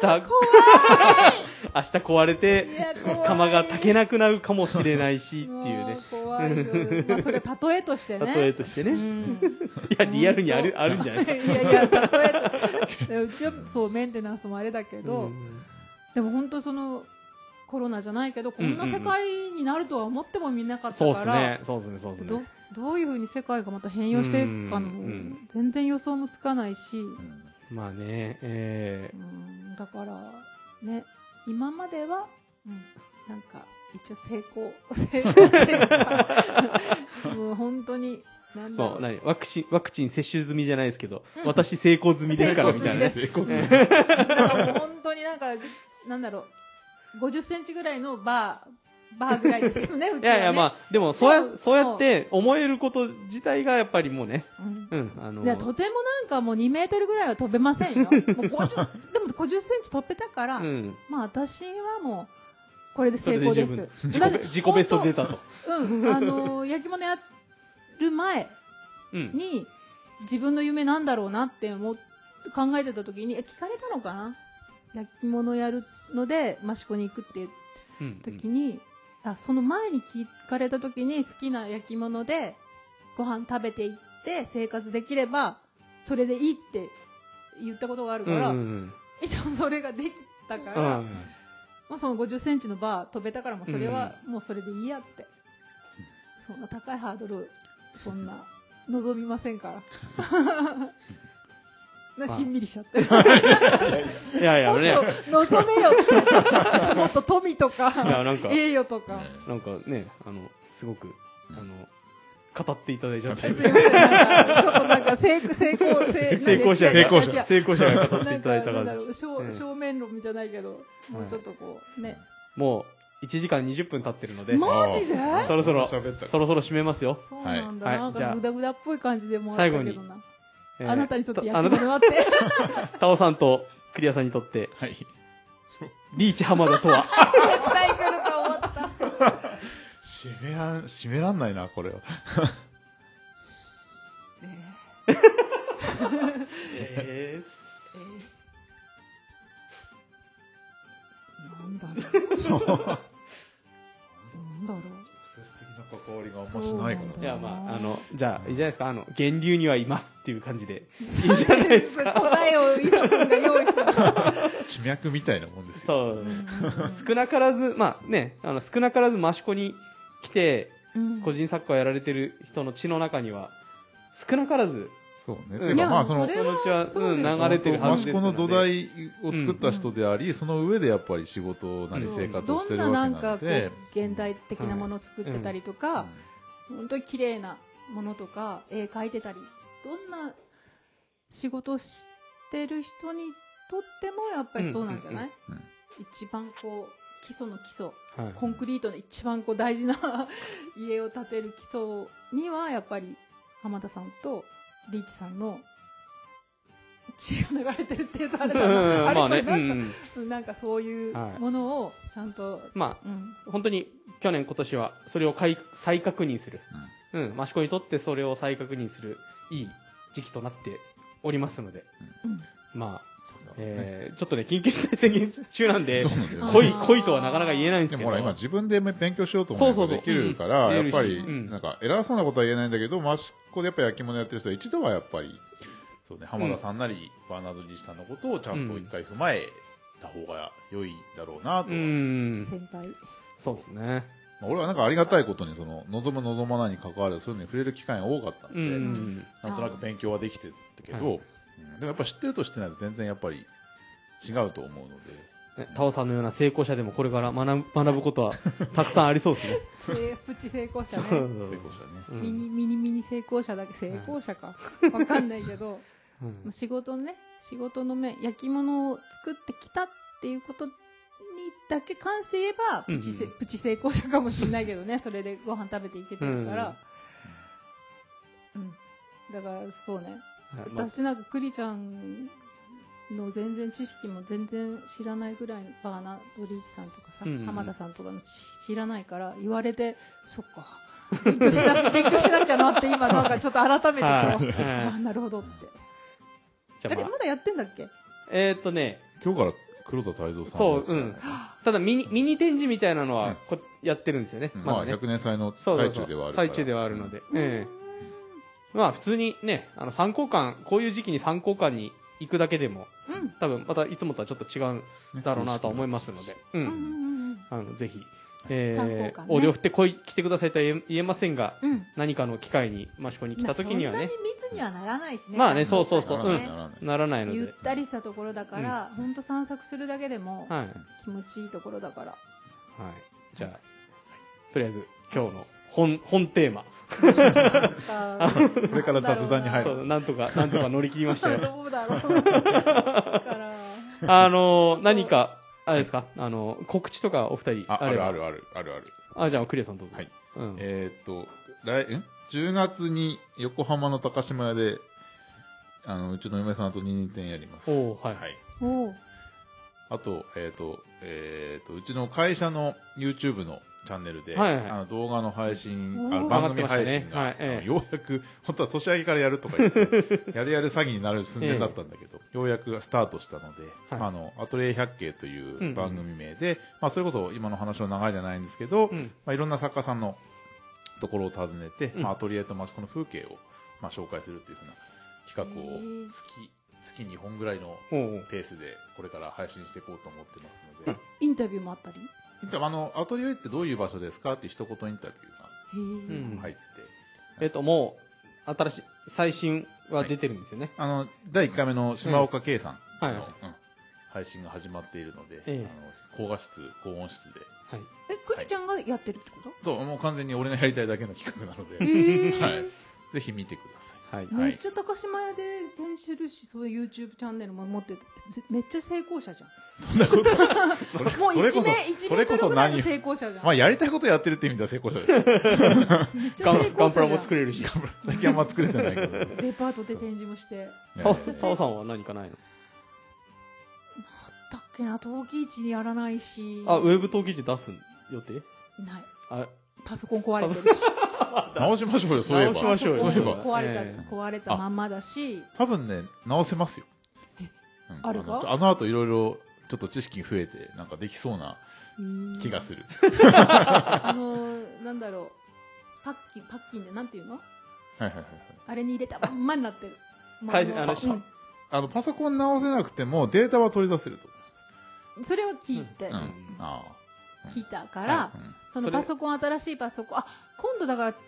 壊れて釜が炊けなくなるかもしれないしっていうね。 怖いよ。まあそれ例えとしてね。 例えとしてね。いやリアルにあるんじゃないですか。 いや例えとうちはそうメンテナンスもあれだけど、でも本当そのコロナじゃないけどこんな世界になるとは思ってもみなかったから。 そうですね。 どういう風に世界がまた変容していくかの全然予想もつかないし。 まあね、 だからね今までは、なんか一応成功っていうかもう本当にワクチン接種済みじゃないですけど、私成功済みですからみたいなね。成功済み。 だからもう本当になんかなんだろう、50センチぐらいのバーぐらいですけどね。うちはね。 いやいや、まあでもそうやって思えること自体がやっぱりもうね。 いやとてもなんかもう2メートルぐらいは飛べませんよ。もうでも50センチ飛べたから、まあ私はもうこれで成功です。 自己ベスト出たと。 焼き物やる前に自分の夢なんだろうなって考えてた時に聞かれたのかな、焼き物やるので益子に行くっていう時に、その前に聞かれた時に好きな焼き物でご飯食べていって生活できればそれでいいって言ったことがあるから、一応それができたから、まあその50センチのバー飛べたからもうそれはもうそれでいいやって、そんな高いハードルそんな望みませんからしんみりしちゃっていやいやね、 望めよってもっと富とか栄誉とかなんかね、すごく語っていただいちゃって、 すいません、ちょっとなんか成功者が語っていただいたから正面論じゃないけど、もうちょっとこうね、 もう1時間20分経ってるので、 マジでそろそろ締めますよ。 そうなんだ、なんかグダグダっぽい感じでも最後にあなたにとって焼き物はってタオさんとクリアさんにとってリーチ浜田とは絶対来ると思った締めらんないなこれはなんだろうなんだろう、 直接的な関わりがあんましないから。 いや、まあじゃあいいじゃないですか、源流にはいますっていう感じでいいじゃないですか。 答えを磯君が用意してる地脈みたいなもんですよ。 少なからずまあね、少なからず益子に来て個人作家をやられてる人の血の中には少なからず、 そうね。てかまあそのうちは流れてるはずですので、 益子の土台を作った人であり、その上でやっぱり仕事なり生活をしてるわけなので、 どんななんかこう現代的なものを作ってたりとか、本当に綺麗なものとか絵描いてたり、どんな仕事をしてる人にとってもやっぱりそうなんじゃない？一番こう基礎の基礎、コンクリートの一番こう大事な家を建てる基礎にはやっぱり浜田さんとリーチさんの血が流れてるっていうとあれだな、まあね、なんかそういうものをちゃんと、 まあ本当に去年今年はそれを再確認する、益子にとってそれを再確認するいい時期となっておりますので、まあちょっとね緊急事態宣言中なんで恋とはなかなか言えないんですけど、 でも今自分で勉強しようと思えばできるから、やっぱりなんか偉そうなことは言えないんだけど、益子でやっぱ焼き物やってる人は一度はやっぱりそうね、浜田さんなりバーナード・リーチさんのことをちゃんと一回踏まえた方が良いだろうなと。 先輩。 そうですね。 俺はなんかありがたいことにその望む望まないに関わるそういうのに触れる機会が多かったんで、なんとなく勉強はできてたけど、でもやっぱ知ってるとしてないと全然やっぱり違うと思うので。 タオさんのような成功者でもこれから学ぶことはたくさんありそうですね。 プチ成功者ね。 成功者ね。 ミニ成功者だけ成功者かわかんないけど、仕事の面、焼き物を作ってきたっていうことにだけ関して言えばプチ成功者かもしれないけどね。それでご飯食べていけてるから、だからそうね。私なんかクリちゃんの全然知識も全然知らないぐらいバーナード・リーチさんとかさ、浜田さんとかの知らないから言われて、そっか勉強しなきゃなって今なんかちょっと改めてこうなるほどって。まだやってんだっけ？ 今日から黒田泰造さんそう、ただミニ展示みたいなのはやってるんですよね。 まあ100年祭の最中ではある最中ではあるので、まあ普通にね、参考館、こういう時期に参考館に行くだけでも、多分またいつもとはちょっと違うんだろうなと思いますので、ぜひ、オーディオ振って来てくださいとは言えませんが、何かの機会に益子に来た時にはね、 そんなに密にはならないしね。 まあね、そう、 ならないので、 ゆったりしたところだから、本当散策するだけでも気持ちいいところだから。はい。 じゃあとりあえず今日の本テーマ。 これから雑談に入る。 なんとか乗り切りましたよ。 どうだろう。だから。 何かあれですか、告知とかお二人ある。 じゃあクリアさんどうぞ。 はい。10月に横浜の高島屋でうちの嫁さんと2店やります。 はい。 あとうちの会社の YouTube のチャンネルで動画の配信番組配信がようやく本当は年明けからやるとか言ってやる詐欺になる寸前だったんだけど、ようやくスタートしたので、アトリエ百景という番組名で、それこそ今の話の流れじゃないんですけど、いろんな作家さんのところを訪ねて、アトリエと益子の風景を紹介するというふうな企画を月2本ぐらいのペースでこれから配信していこうと思ってますので。 インタビューもあったり？ アトリエってどういう場所ですかって一言インタビューが入って、 もう新しい最新は出てるんですよね。 第1回目の島岡圭さんの配信が始まっているので、高音質で。 クリちゃんがやってるってこと？ そう、もう完全に俺がやりたいだけの企画なので、ぜひ見てください。 めっちゃ高島屋で展示するし、そういう YouTube チャンネルも持ってて、めっちゃ成功者じゃん。 そんなこともう1メートルぐらいの成功者じゃん。 やりたいことやってるって意味では成功者です。 ガンプラも作れるし。 最近あんま作れてないけど。 デパートで展示もして。 タオさんは何かないの？ だっけな、陶器市にやらないし。 ウェブ陶器市出す予定？ ない。パソコン壊れてるし。 直しましょうよ、そういえば。 壊れたまんまだし。 多分ね、直せますよ。 あるか？ あの後いろいろちょっと知識増えて、なんかできそうな気がする。 なんだろう。パッキンでなんていうの？ あれに入れたまんまになってる。 パソコン直せなくてもデータは取り出せると思います。それを聞いて。聞いたから、そのパソコン、新しいパソコン、今度だから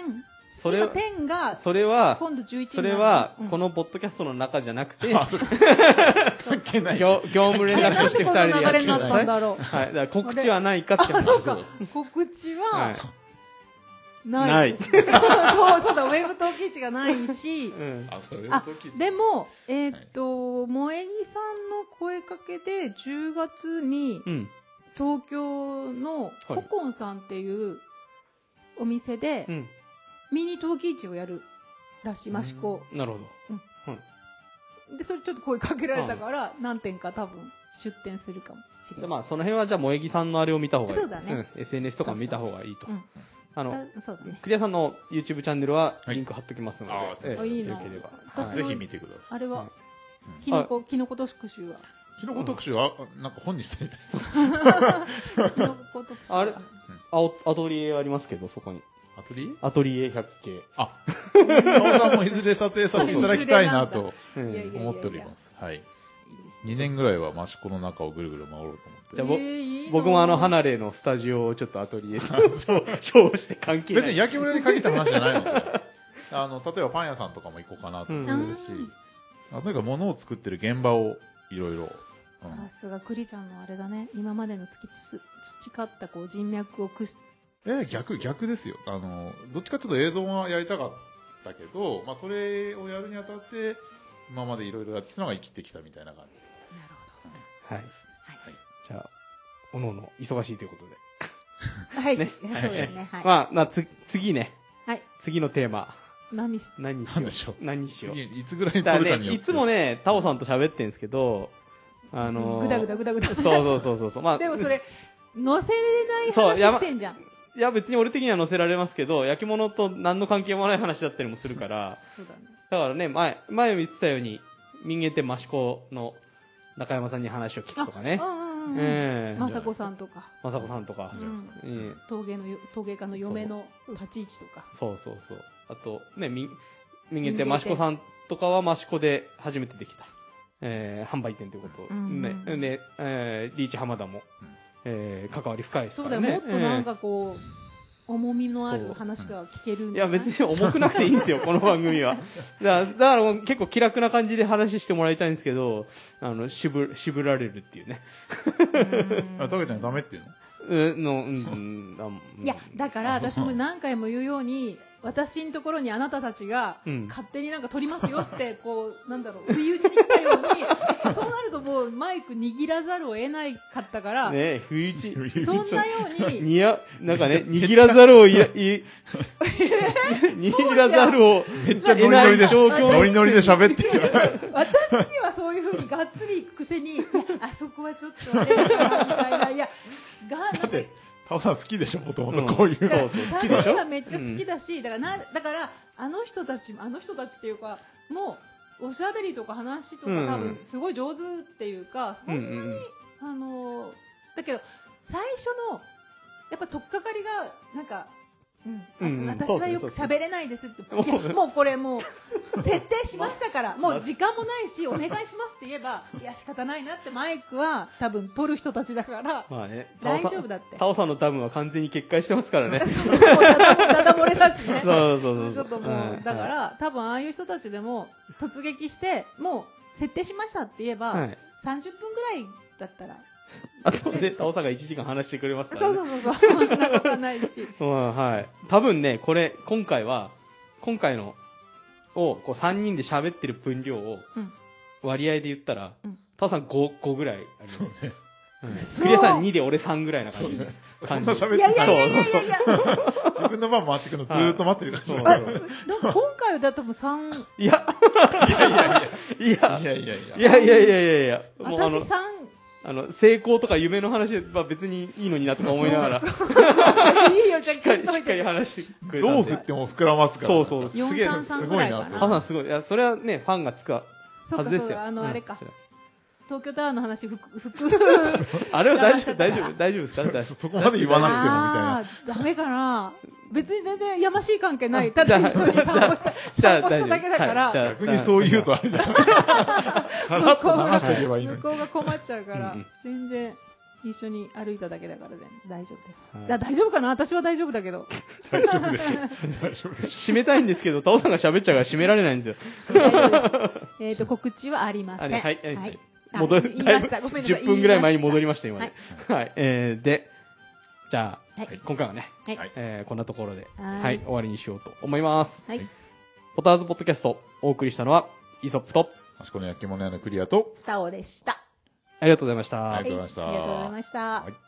10、10が、 それは、 今度11 それは、このポッドキャストの中じゃなくて、 関係ない。 業務連絡として2人でやってください。 だから告知はないかって話。 そうか。告知は、ない。そうだ、ウェブ陶器市がないし、でも、萌木さんの声かけで10月に、東京のココンさんっていうお店でミニ陶器市をやるらしい、益子。 なるほど。でそれちょっと声かけられたから何店か多分出店するかもしれない。 その辺はじゃあ萌木さんのあれを見た方がいい。 そうだね。 SNS とか見た方がいいと。 そうだね。 クリアさんの YouTube チャンネルはリンク貼っときますので、 いいな。 ぜひ見てください。 あれはキノコ特集は。 キノコ特集はなんか本にしてる。 キノコ特集。 あれ、アトリエありますけど、そこに。アトリエ百景。 タオさんもいずれ撮影させていただきたいなと思っております。はい。2年ぐらいは益子の中をぐるぐる回ろうと思って。 じゃあ僕も離れのスタジオをちょっとアトリエとショーして関係ない。 別に焼き物に限った話じゃないので、例えばパン屋さんとかも行こうかなと思ってるし、とにかく物を作ってる現場をいろいろ。 さすがクリちゃんのあれだね。今までの培った人脈を逆ですよ。どっちかちょっと映像はやりたかったけど、それをやるにあたって今までいろいろやってたのが生きてきたみたいな感じ。 なるほど。 はい。じゃあおのおの忙しいということで。 はい。そうですね。はい。 次ね。 はい。 次のテーマ。 何でしょう。いつぐらいに撮るかによって。 いつもね、タオさんと喋ってんですけど。 ぐだぐだ。 そうでもそれ載せれない話してんじゃん。 いや別に俺的には載せられますけど、焼き物と何の関係もない話だったりもするから。 そうだね。 だからね、前言ってたように民芸店益子の中山さんに話を聞くとかね。 雅子さんとか。 陶芸家の嫁の立ち位置とか。 そう。あとね、民芸店益子さんとかは益子で初めてできた。販売店ということで、リーチ浜田も、関わり深いですからね。 そうだよ、もっとなんかこう、 重みのある話が聞けるんじゃない？ いや、別に重くなくていいんですよ、この番組は。だから結構気楽な感じで話してもらいたいんですけど、渋られるっていうね。 食べたらダメっていうの？いや、だから私も何回も言うように、私のところにあなたたちが勝手になんか取りますよってこうなんだろう不意打ちに来たようにそうなるともうマイク握らざるを得ないかったからね不意打ちそんなようになんかね握らざるを握らざるをめっちゃノリノリでノリノリで喋ってる私にはそういうふうにがっつり行くくせにあそこはちょっとあれだなみたいないやだってタオさん好きでしょもともとこういう、 そう好きでしょめっちゃ好きだし、だからあの人たちっていうかもうおしゃべりとか話とか多分すごい上手っていうか、そんなにだけど最初のやっぱ取っかかりがなんか私はよく喋れないですってもうこれもう設定しましたからもう時間もないしお願いしますって言えばいや仕方ないなってマイクは多分取る人たちだから大丈夫だってタオさんのダムは完全に決壊してますからねダダ漏れだしねちょっともうだから多分ああいう人たちでも突撃してもう設定しましたって言えば30分ぐらいだったらあとでタオさんが1時間話してくれますからね。 そうそんなことはないしはい。多分ね今回のをこう3人で喋ってる分量を割合で言ったら、タオさん5ぐらいあります。そうね。クリアさん2で俺3ぐらいな感じ。 そんな喋ってる。自分の番回ってくのずーっと待ってるから。 今回はだってもう3。 いや私3。 成功とか夢の話は別にいいのになとか思いながらいいよ、 しっかり話してくれたんでどう振っても膨らますからそうすげえすごいなハさんすごいいやそれはねファンがつくはずですよあれか東京タワーの話あれは大丈夫ですかそこまで言わなくてもみたいなダメかな別に全然やましい関係ないただ一緒に散歩しただけだから逆にそう言うとあれださらっと流していけばいいのに向こうが困っちゃうから全然一緒に歩いただけだから大丈夫です大丈夫かな私は大丈夫だけど大丈夫です締めたいんですけどタオさんが喋っちゃうから締められないんですよ告知はありませんはい10分ぐらい前に戻りました今ねはいでじゃあ今回はねこんなところで終わりにしようと思いますポターズポッドキャストお送りしたのはイソップと益子の焼き物屋のクリアとタオでしたありがとうございましたありがとうございましたありがとうございました